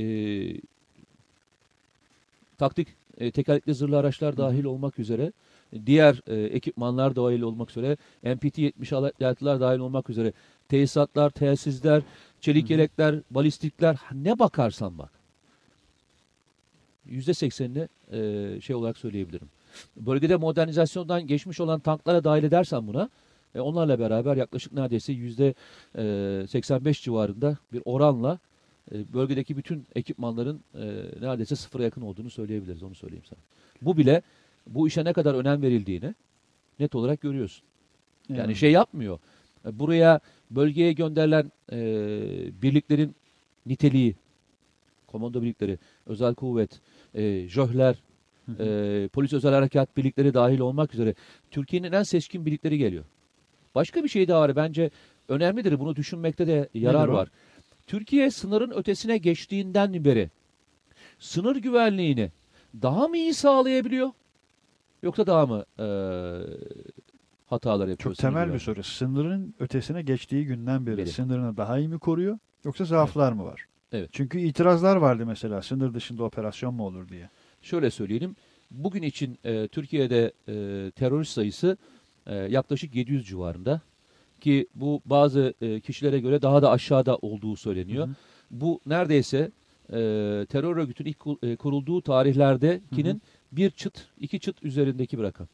taktik e, tekerlekli zırhlı araçlar dahil olmak üzere, diğer e, ekipmanlar dahil olmak üzere, M P T yetmiş altılar dahil olmak üzere, tesisatlar, telsizler, çelik yelekler, balistikler, ne bakarsan bak. yüzde seksenini e, şey olarak söyleyebilirim. Bölgede modernizasyondan geçmiş olan tanklara dahil edersen buna, e, onlarla beraber yaklaşık neredeyse yüzde seksen beş civarında bir oranla e, bölgedeki bütün ekipmanların e, neredeyse sıfıra yakın olduğunu söyleyebiliriz. Onu söyleyeyim sana. Bu bile bu işe ne kadar önem verildiğini net olarak görüyorsun. Yani Yani. şey yapmıyor. E, Buraya bölgeye gönderilen e, birliklerin niteliği, komando birlikleri, özel kuvvet, e, jöhler, e, polis özel harekat birlikleri dahil olmak üzere Türkiye'nin en seçkin birlikleri geliyor. Başka bir şey daha var. Bence önemlidir. Bunu düşünmekte de yarar Nedir o? var. Türkiye sınırın ötesine geçtiğinden beri sınır güvenliğini daha mı iyi sağlayabiliyor? Yoksa daha mı e, hatalar yapıyor? Çok sınır temel bir güvenliği? soru. Sınırın ötesine geçtiği günden beri Beri. sınırını daha iyi mi koruyor yoksa zaaflar mı var? Evet. Çünkü itirazlar vardı mesela sınır dışında operasyon mu olur diye. Şöyle söyleyelim. Bugün için e, Türkiye'de e, terörist sayısı e, yaklaşık yedi yüz civarında. Ki bu bazı e, kişilere göre daha da aşağıda olduğu söyleniyor. Hı hı. Bu neredeyse e, terör örgütünün ilk ku- e, kurulduğu tarihlerdekinin Hı hı. bir çıt, iki çıt üzerindeki bir rakam.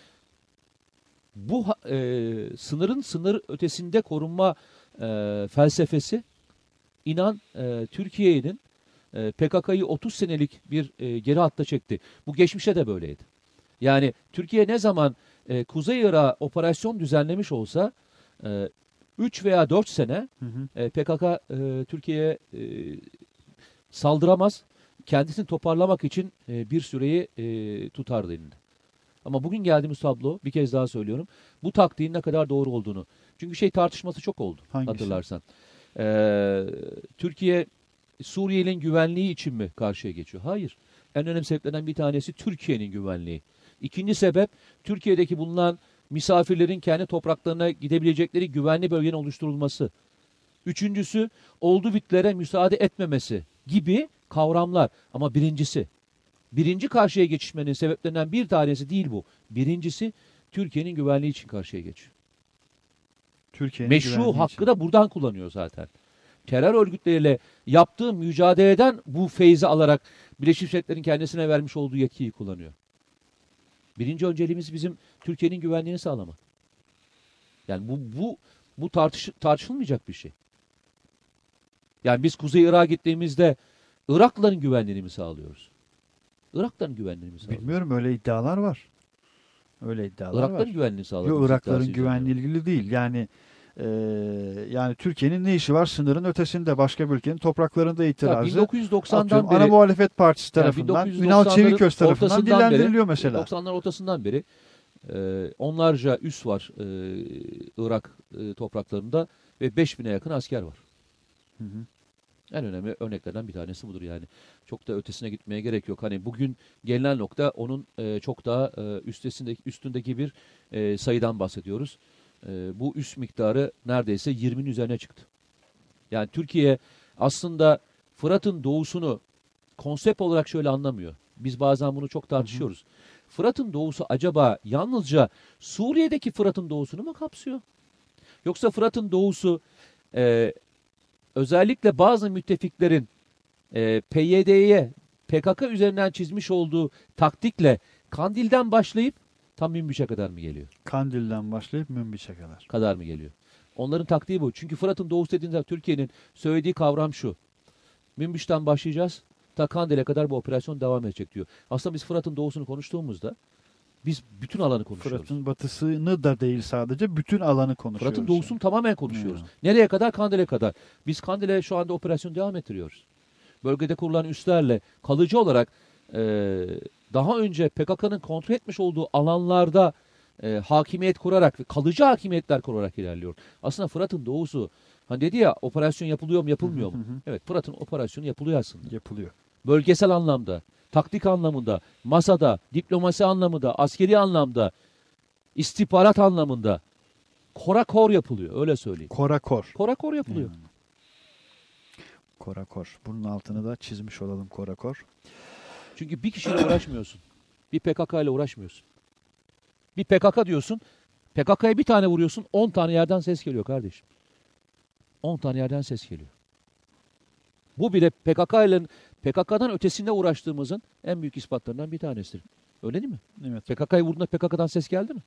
Bu ha- e, sınırın sınır ötesinde korunma e, felsefesi inan e, Türkiye'nin e, P K K'yı otuz senelik bir e, geri hatta çekti. Bu geçmişte de böyleydi. Yani Türkiye ne zaman e, Kuzey Irak'a operasyon düzenlemiş olsa e, üç veya dört sene Hı hı. e, P K K e, Türkiye'ye e, saldıramaz. Kendisini toparlamak için e, bir süreyi e, tutardı elinde. Ama bugün geldiğimiz tablo, bir kez daha söylüyorum, bu taktiğin ne kadar doğru olduğunu. Çünkü şey tartışması çok oldu. Hangisi? Hatırlarsan. Ee, Türkiye Suriye'nin güvenliği için mi karşıya geçiyor? Hayır. En önemli sebeplerinden bir tanesi Türkiye'nin güvenliği. İkinci sebep, Türkiye'deki bulunan misafirlerin kendi topraklarına gidebilecekleri güvenli bölgenin oluşturulması. Üçüncüsü, oldu bitlere müsaade etmemesi gibi kavramlar. Ama birincisi, birinci karşıya geçişmenin sebeplerinden bir tanesi değil bu. Birincisi, Türkiye'nin güvenliği için karşıya geçiyor. Türkiye'nin Meşru güvenliği hakkı için. da buradan kullanıyor zaten. Terör örgütleriyle yaptığı mücadeleden bu feyzi alarak Birleşmiş Milletler'in kendisine vermiş olduğu yetkiyi kullanıyor. Birinci önceliğimiz bizim Türkiye'nin güvenliğini sağlamak. Yani bu bu bu tartış, tartışılmayacak bir şey. Yani biz Kuzey Irak'a gittiğimizde Iraklıların güvenliğini mi sağlıyoruz? Iraklıların güvenliğini mi sağlıyoruz? Bilmiyorum, öyle iddialar var. Öyle iddialar Iraklıların var. güvenliğini sağlıyoruz. Yok, Irakların güvenliği ilgili değil. Yani e, yani Türkiye'nin ne işi var sınırın ötesinde, başka bir ülkenin topraklarında Ya itirazı? bin dokuz yüz doksandan Atıyorum, beri ana muhalefet partisi Yani tarafından, bin dokuz yüz Ünal doksanların Çeviköz tarafından ortasından dillendiriliyor beri, mesela. doksanların ortasından beri e, onlarca üs var e, Irak e, topraklarında ve beş bine yakın asker var. Hı hı. En önemli örneklerden bir tanesi budur yani. Çok da ötesine gitmeye gerek yok. Hani bugün gelinen nokta onun e, çok daha e, üstesindeki, üstündeki bir e, sayıdan bahsediyoruz. E, bu üs miktarı neredeyse yirminin üzerine çıktı. Yani Türkiye aslında Fırat'ın doğusunu konsept olarak şöyle anlamıyor. Biz bazen bunu çok tartışıyoruz. Fırat'ın doğusu acaba yalnızca Suriye'deki Fırat'ın doğusunu mu kapsıyor? Yoksa Fırat'ın doğusu e, özellikle bazı müttefiklerin e, P Y D'ye P K K üzerinden çizmiş olduğu taktikle Kandil'den başlayıp tam Münbiş'e kadar mı geliyor? Kandil'den başlayıp Münbiş'e kadar. Kadar mı geliyor? Onların taktiği bu. Çünkü Fırat'ın doğusu dediğinizde Türkiye'nin söylediği kavram şu. Münbiş'ten başlayacağız. Ta Kandil'e kadar bu operasyon devam edecek diyor. Aslında biz Fırat'ın doğusunu konuştuğumuzda biz bütün alanı konuşuyoruz. Fırat'ın batısını da değil, sadece bütün alanı konuşuyoruz. Fırat'ın doğusunu tamamen konuşuyoruz. Hmm. Nereye kadar? Kandil'e kadar. Biz Kandil'e şu anda operasyon devam ettiriyoruz. Bölgede kurulan üslerle kalıcı olarak e, daha önce P K K'nın kontrol etmiş olduğu alanlarda e, hakimiyet kurarak ve kalıcı hakimiyetler kurarak ilerliyor. Aslında Fırat'ın doğusu, hani dedi ya, operasyon yapılıyor mu yapılmıyor mu? Evet, Fırat'ın operasyonu yapılıyor aslında. Yapılıyor. Bölgesel anlamda, taktik anlamında, masada, diplomasi anlamında, askeri anlamda, istihbarat anlamında korakor yapılıyor, öyle söyleyeyim. Korakor. Korakor yapılıyor. Hmm. Korakor. Bunun altını da çizmiş olalım, korakor. Çünkü bir kişiyle uğraşmıyorsun. Bir P K K ile uğraşmıyorsun. Bir P K K diyorsun, P K K'ya bir tane vuruyorsun, on tane yerden ses geliyor kardeşim. on tane yerden ses geliyor. Bu bile P K K ile P K K'dan ötesinde uğraştığımızın en büyük ispatlarından bir tanesidir. Öyle değil mi? Evet. P K K'yı vurduğunda P K K'dan ses geldi mi?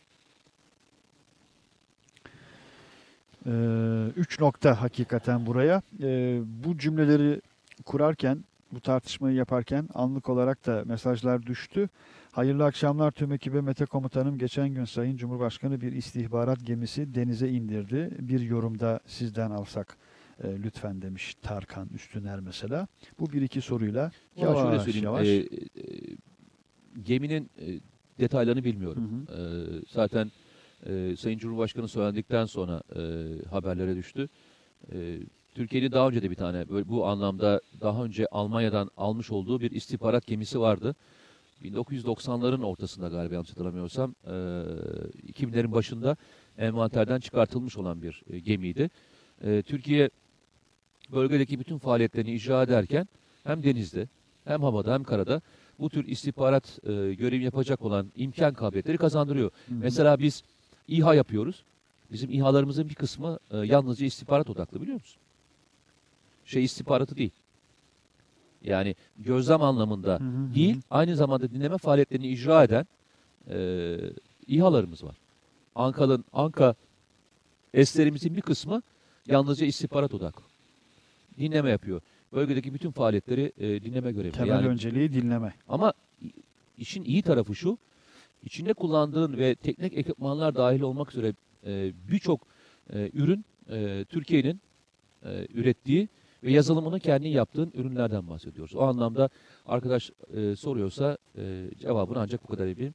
Ee, üç nokta hakikaten buraya. Ee, bu cümleleri kurarken, bu tartışmayı yaparken anlık olarak da mesajlar düştü. Hayırlı akşamlar tüm ekibe. Mete Komutanım, geçen gün Sayın Cumhurbaşkanı bir istihbarat gemisi denize indirdi. Bir yorumda sizden alsak e, lütfen demiş Tarkan Üstüner mesela. Bu bir iki soruyla Valla şöyle yavaş söyleyeyim. yavaş. e, e, geminin e, detaylarını bilmiyorum. Hı E, zaten e, Sayın Cumhurbaşkanı söylendikten sonra e, haberlere düştü. E, Türkiye'nin daha önce de bir tane böyle, bu anlamda daha önce Almanya'dan almış olduğu bir istihbarat gemisi vardı. bin dokuz yüz doksanların ortasında galiba, yanlış hatırlamıyorsam, e, iki binlerin başında envanterden çıkartılmış olan bir e, gemiydi. E, Türkiye bölgedeki bütün faaliyetlerini icra ederken hem denizde hem havada hem karada bu tür istihbarat e, görevi yapacak olan imkan kabiliyetleri kazandırıyor. Hı hı. Mesela biz İHA yapıyoruz. Bizim İHA'larımızın bir kısmı e, yalnızca istihbarat odaklı, biliyor musun? Şey istihbaratı değil. Yani gözlem anlamında Hı hı hı. değil, aynı zamanda dinleme faaliyetlerini icra eden e, İHA'larımız var. Anka'nın Anka eslerimizin bir kısmı yalnızca istihbarat odaklı. Dinleme yapıyor. Bölgedeki bütün faaliyetleri e, dinleme görevi. Temel Yani, önceliği dinleme. ama işin iyi tarafı şu, içinde kullandığın ve teknik ekipmanlar dahil olmak üzere e, birçok e, ürün e, Türkiye'nin e, ürettiği ve yazılımını kendin yaptığın ürünlerden bahsediyoruz. O anlamda arkadaş e, soruyorsa e, cevabını ancak bu kadar yapayım.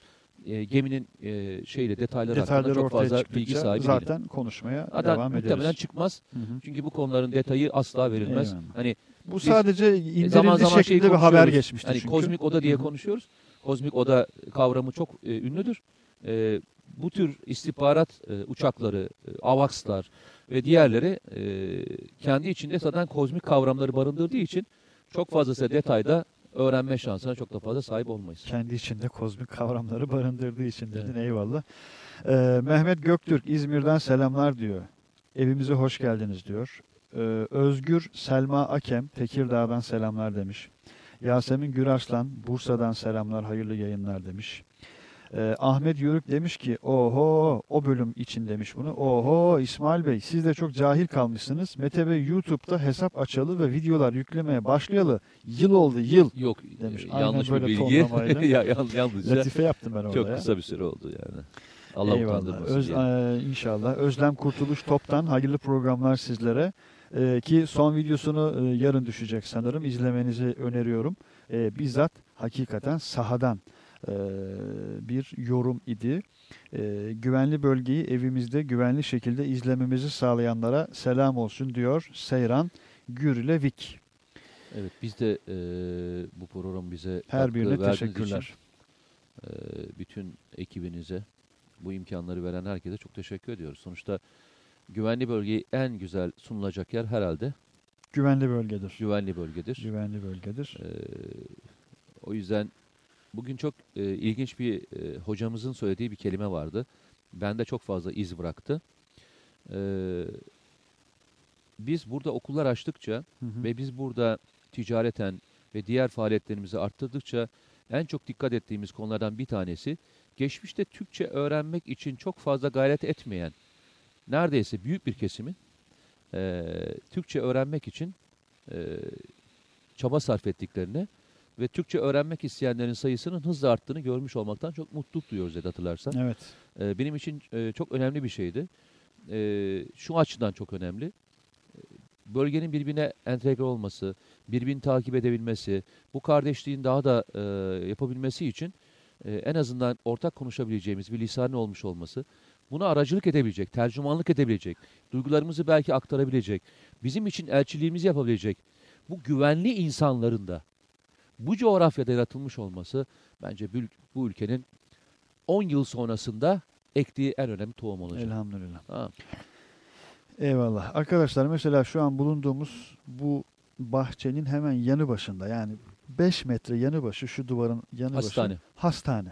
e, geminin e, şeyle detayları Detayları hakkında çok ortaya fazla çıktıkça bilgi sahibi zaten değilim. konuşmaya Zaten devam muhtemelen ederiz. çıkmaz. Hı hı. Çünkü bu konuların detayı asla verilmez. Eyvallah. Hani Bu biz sadece indirildi zaman zaman şeklinde şey bir haber konuşuyoruz. geçmişti Hani çünkü. kozmik oda diye Hı hı. konuşuyoruz. Kozmik oda kavramı çok e, ünlüdür. E, bu tür istihbarat e, uçakları, e, AVAX'lar ve diğerleri e, kendi içinde zaten kozmik kavramları barındırdığı için çok fazlası detayda öğrenme şansına çok da fazla sahip olmayız. Kendi içinde kozmik kavramları barındırdığı için dedin. Evet. Eyvallah. Ee, Mehmet Göktürk İzmir'den selamlar diyor. Evimize hoş geldiniz diyor. Ee, Özgür Selma Akem Tekirdağ'dan selamlar demiş. Yasemin Gürarslan Bursa'dan selamlar, hayırlı yayınlar demiş. Ee, Ahmet Yörük demiş ki oho o bölüm için demiş bunu. Oho İsmail Bey siz de çok cahil kalmışsınız. Mete Bey YouTube'da hesap açalı ve videolar yüklemeye başlayalı yıl oldu yıl. Yok demiş. e, Aynen yanlış bir böyle bilgi. tonlamayla. ya, yal- yalnızca Latife yaptım ben orada çok ya. kısa bir süre oldu yani. Allah Eyvallah. utandırmasın Öz, diye. e, inşallah. Özlem Kurtuluş Top'tan hayırlı programlar sizlere. E, ki son videosunu e, yarın düşecek sanırım. İzlemenizi öneriyorum. E, bizzat hakikaten sahadan e, bir yorum idi. E, güvenli bölgeyi evimizde güvenli şekilde izlememizi sağlayanlara selam olsun diyor Seyran Gürlevik. Evet biz de e, bu program bize Her katkı birine verdiğiniz teşekkürler. için, e, bütün ekibinize, bu imkanları veren herkese çok teşekkür ediyoruz. Sonuçta güvenli bölgeyi en güzel sunulacak yer herhalde Güvenli bölgedir. güvenli bölgedir. Güvenli bölgedir. E, o yüzden bugün çok e, ilginç bir e, hocamızın söylediği bir kelime vardı. Bende çok fazla iz bıraktı. E, biz burada okullar açtıkça Hı hı. ve biz burada ticareten ve diğer faaliyetlerimizi arttırdıkça en çok dikkat ettiğimiz konulardan bir tanesi, geçmişte Türkçe öğrenmek için çok fazla gayret etmeyen, neredeyse büyük bir kesimin e, Türkçe öğrenmek için e, çaba sarf ettiklerini ve Türkçe öğrenmek isteyenlerin sayısının hızla arttığını görmüş olmaktan çok mutluluk duyuyoruz Ed, hatırlarsan. Evet. E, benim için e, çok önemli bir şeydi. E, şu açıdan çok önemli. Bölgenin birbirine entegre olması, birbirini takip edebilmesi, bu kardeşliğin daha da e, yapabilmesi için e, en azından ortak konuşabileceğimiz bir lisanı olmuş olması, buna aracılık edebilecek, tercümanlık edebilecek, duygularımızı belki aktarabilecek, bizim için elçiliğimizi yapabilecek bu güvenli insanların da bu coğrafyada yaratılmış olması bence bu, bu ülkenin on yıl sonrasında ektiği en önemli tohum olacak. Elhamdülillah. Ha. Eyvallah. Arkadaşlar mesela şu an bulunduğumuz bu bahçenin hemen yanı başında, yani beş metre yanı başı, şu duvarın yanı Hastane. başı hastane.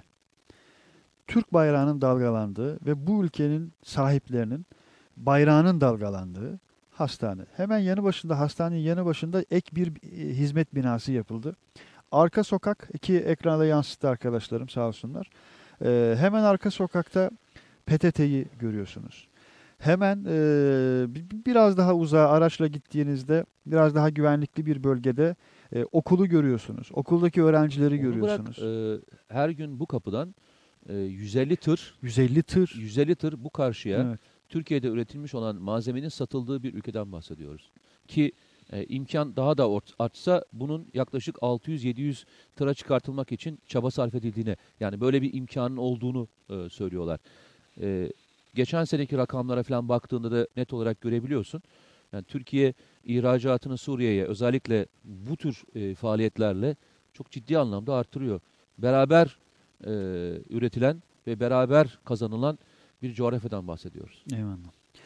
Türk bayrağının dalgalandığı ve bu ülkenin sahiplerinin bayrağının dalgalandığı hastane. Hemen yanı başında, hastanenin yanı başında ek bir e, hizmet binası yapıldı. Arka sokak, iki ekranda yansıttı arkadaşlarım sağ olsunlar. Ee, hemen arka sokakta P T T'yi görüyorsunuz. Hemen e, bi- biraz daha uzağa araçla gittiğinizde biraz daha güvenlikli bir bölgede e, okulu görüyorsunuz. Okuldaki öğrencileri Onu görüyorsunuz. bırak, e, her gün bu kapıdan e, yüz elli tır yüz elli tır. yüz elli tır bu karşıya Evet. Türkiye'de üretilmiş olan malzemenin satıldığı bir ülkeden bahsediyoruz. Ki e, imkan daha da ort- artsa bunun yaklaşık altı yüz yedi yüz tıra çıkartılmak için çaba sarf edildiğine, yani böyle bir imkanın olduğunu e, söylüyorlar. E, geçen seneki rakamlara falan baktığında da net olarak görebiliyorsun. Yani Türkiye ihracatını Suriye'ye özellikle bu tür e, faaliyetlerle çok ciddi anlamda artırıyor. Beraber e, üretilen ve beraber kazanılan bir coğrafyadan bahsediyoruz. Eyvallah.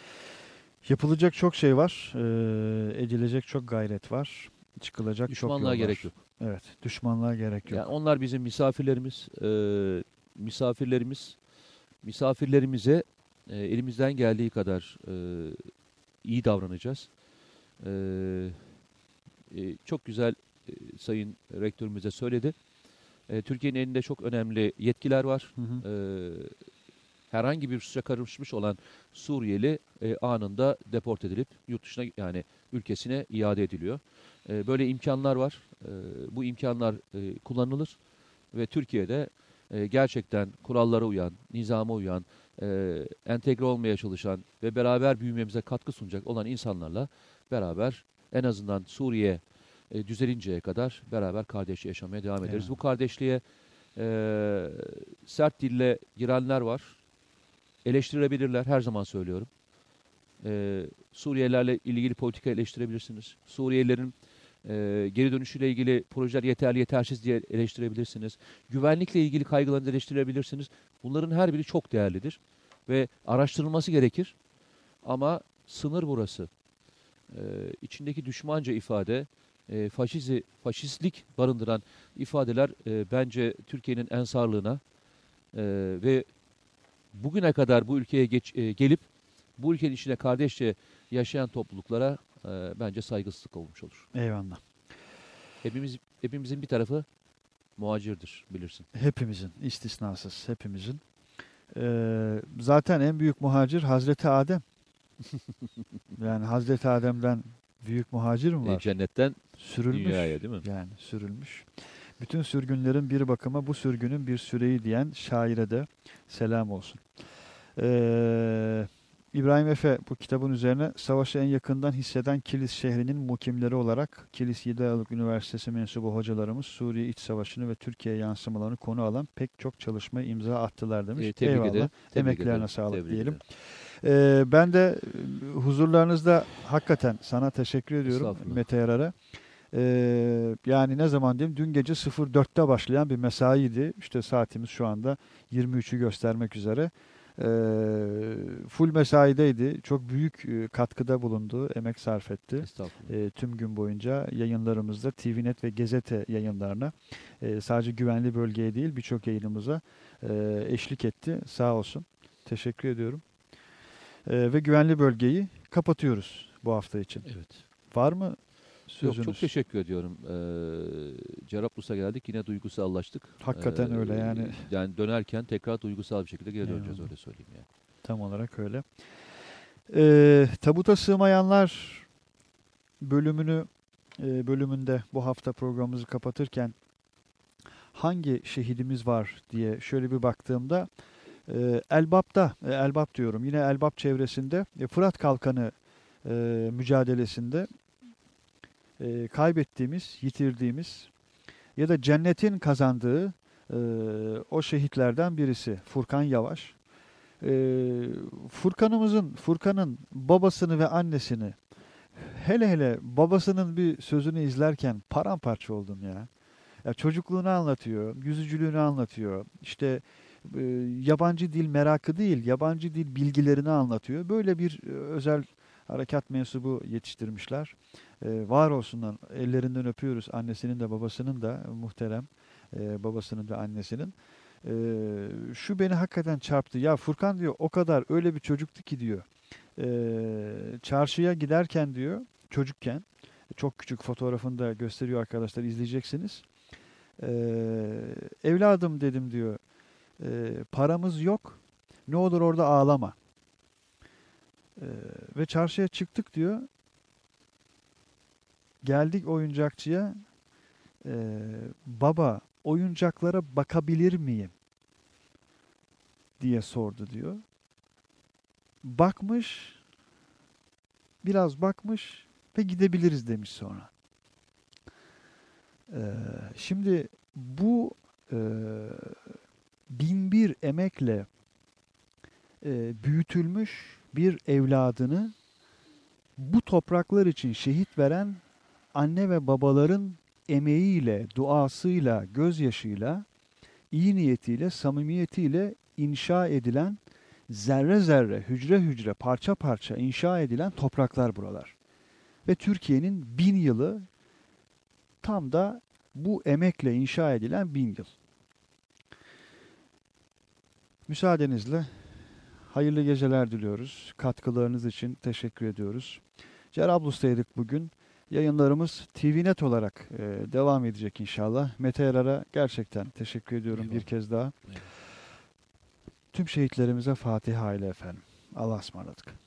Yapılacak çok şey var. Ee, edilecek çok gayret var. Çıkılacak çok yol Düşmanlığa var. gerek yok. Evet. Düşmanlığa gerek yok. Yani onlar bizim misafirlerimiz, e, misafirlerimiz, misafirlerimize e, elimizden geldiği kadar e, iyi davranacağız. E, e, çok güzel e, Sayın Rektörümüze söyledi. E, Türkiye'nin elinde çok önemli yetkiler var. Hı hı. E, herhangi bir suça karışmış olan Suriyeli e, anında deport edilip yurt dışına, yani ülkesine iade ediliyor. E, böyle imkanlar var. E, bu imkanlar e, kullanılır ve Türkiye'de e, gerçekten kurallara uyan, nizama uyan, e, entegre olmaya çalışan ve beraber büyümemize katkı sunacak olan insanlarla beraber en azından Suriye e, düzelinceye kadar beraber kardeşçe yaşamaya devam ederiz. Evet. Bu kardeşliğe Ee, sert dille girenler var. Eleştirebilirler, her zaman söylüyorum. Ee, Suriyelilerle ilgili politika eleştirebilirsiniz. Suriyelilerin e, geri dönüşüyle ilgili projeler yeterli yetersiz diye eleştirebilirsiniz. Güvenlikle ilgili kaygılarını eleştirebilirsiniz. Bunların her biri çok değerlidir ve araştırılması gerekir. Ama sınır burası. Ee, içindeki düşmanca ifade, e, faşizi, faşistlik barındıran ifadeler e, bence Türkiye'nin ensarlığına e, ve bugüne kadar bu ülkeye geç, e, gelip bu ülkenin içinde kardeşçe yaşayan topluluklara e, bence saygısızlık olmuş olur. Eyvallah. Hepimiz, hepimizin bir tarafı muhacirdir, bilirsin. Hepimizin, istisnasız hepimizin. Ee, zaten en büyük muhacir Hazreti Adem. Yani Hazreti Adem'den büyük muhacir mi var? E, cennetten Sürülmüş. dünyaya, değil mi? Yani sürülmüş. Bütün sürgünlerin bir bakıma bu sürgünün bir süreyi diyen şaire de selam olsun. Ee, İbrahim Efe bu kitabın üzerine savaşı en yakından hisseden Kilis şehrinin mukimleri olarak Kilis yedi Aralık Üniversitesi mensubu hocalarımız Suriye İç Savaşı'nı ve Türkiye yansımalarını konu alan pek çok çalışmaya imza attılar demiş. E, tebrik Eyvallah. ederim. Tebrik Emeklerine ederim. sağlık Tebrik diyelim. ederim. Ee, ben de huzurlarınızda hakikaten sana teşekkür ediyorum Estağfurullah. Mete Yarar'a. Ee, yani ne zaman diyeyim dün gece sıfır dörtte başlayan bir mesaiydi. İşte saatimiz şu anda yirmi üçü göstermek üzere. Ee, full mesaideydi. Çok büyük e, katkıda bulundu, emek sarf etti. Estağfurullah. E, tüm gün boyunca yayınlarımızda T V Net ve Gazete yayınlarına e, sadece güvenli bölgeye değil birçok yayınımıza e, eşlik etti. Sağ olsun. Teşekkür ediyorum. E, ve güvenli bölgeyi kapatıyoruz bu hafta için. Evet. Var mı Yok, sözünüz? çok teşekkür ediyorum. Ee, Cerablus'a geldik. Yine duygusallaştık. Hakikaten öyle yani. Yani dönerken tekrar duygusal bir şekilde geri döneceğiz, Eyvallah. öyle söyleyeyim yani. Tam olarak öyle. E, tabuta sığmayanlar bölümünü e, bölümünde bu hafta programımızı kapatırken hangi şehidimiz var diye şöyle bir baktığımda e, Elbap'ta, e, Elbap diyorum yine Elbap çevresinde e, Fırat Kalkanı e, mücadelesinde e, kaybettiğimiz, yitirdiğimiz ya da cennetin kazandığı e, o şehitlerden birisi Furkan Yavaş. E, Furkan'ımızın, Furkan'ın babasını ve annesini hele hele babasının bir sözünü izlerken paramparça oldum ya. Ya çocukluğunu anlatıyor, yüzücülüğünü anlatıyor. İşte e, yabancı dil merakı değil, yabancı dil bilgilerini anlatıyor. Böyle bir e, özel harekat mensubu yetiştirmişler. E, var olsunlar, ellerinden öpüyoruz. Annesinin de babasının da muhterem, e, babasının da annesinin. E, şu beni hakikaten çarptı. Ya Furkan diyor o kadar öyle bir çocuktu ki diyor. E, çarşıya giderken diyor, çocukken, çok küçük fotoğrafını da gösteriyor arkadaşlar, izleyeceksiniz. Ee, evladım dedim diyor, e, paramız yok, ne olur orada ağlama. Ee, ve çarşıya çıktık diyor, geldik oyuncakçıya, e, baba oyuncaklara bakabilir miyim diye sordu diyor. Bakmış, biraz bakmış ve gidebiliriz demiş sonra. Ee, şimdi bu e, bin bir emekle e, büyütülmüş bir evladını bu topraklar için şehit veren anne ve babaların emeğiyle, duasıyla, gözyaşıyla, iyi niyetiyle, samimiyetiyle inşa edilen, zerre zerre, hücre hücre, parça parça inşa edilen topraklar buralar. Ve Türkiye'nin bin yılı tam da bu emekle inşa edilen bin yıl. Müsaadenizle hayırlı geceler diliyoruz. Katkılarınız için teşekkür ediyoruz. Cerablus'taydık bugün. Yayınlarımız T V Net olarak e, devam edecek inşallah. Mete Yarar'a gerçekten teşekkür ediyorum Eyvallah. bir kez daha. Eyvallah. Tüm şehitlerimize Fatiha ile efendim. Allah'a ısmarladık.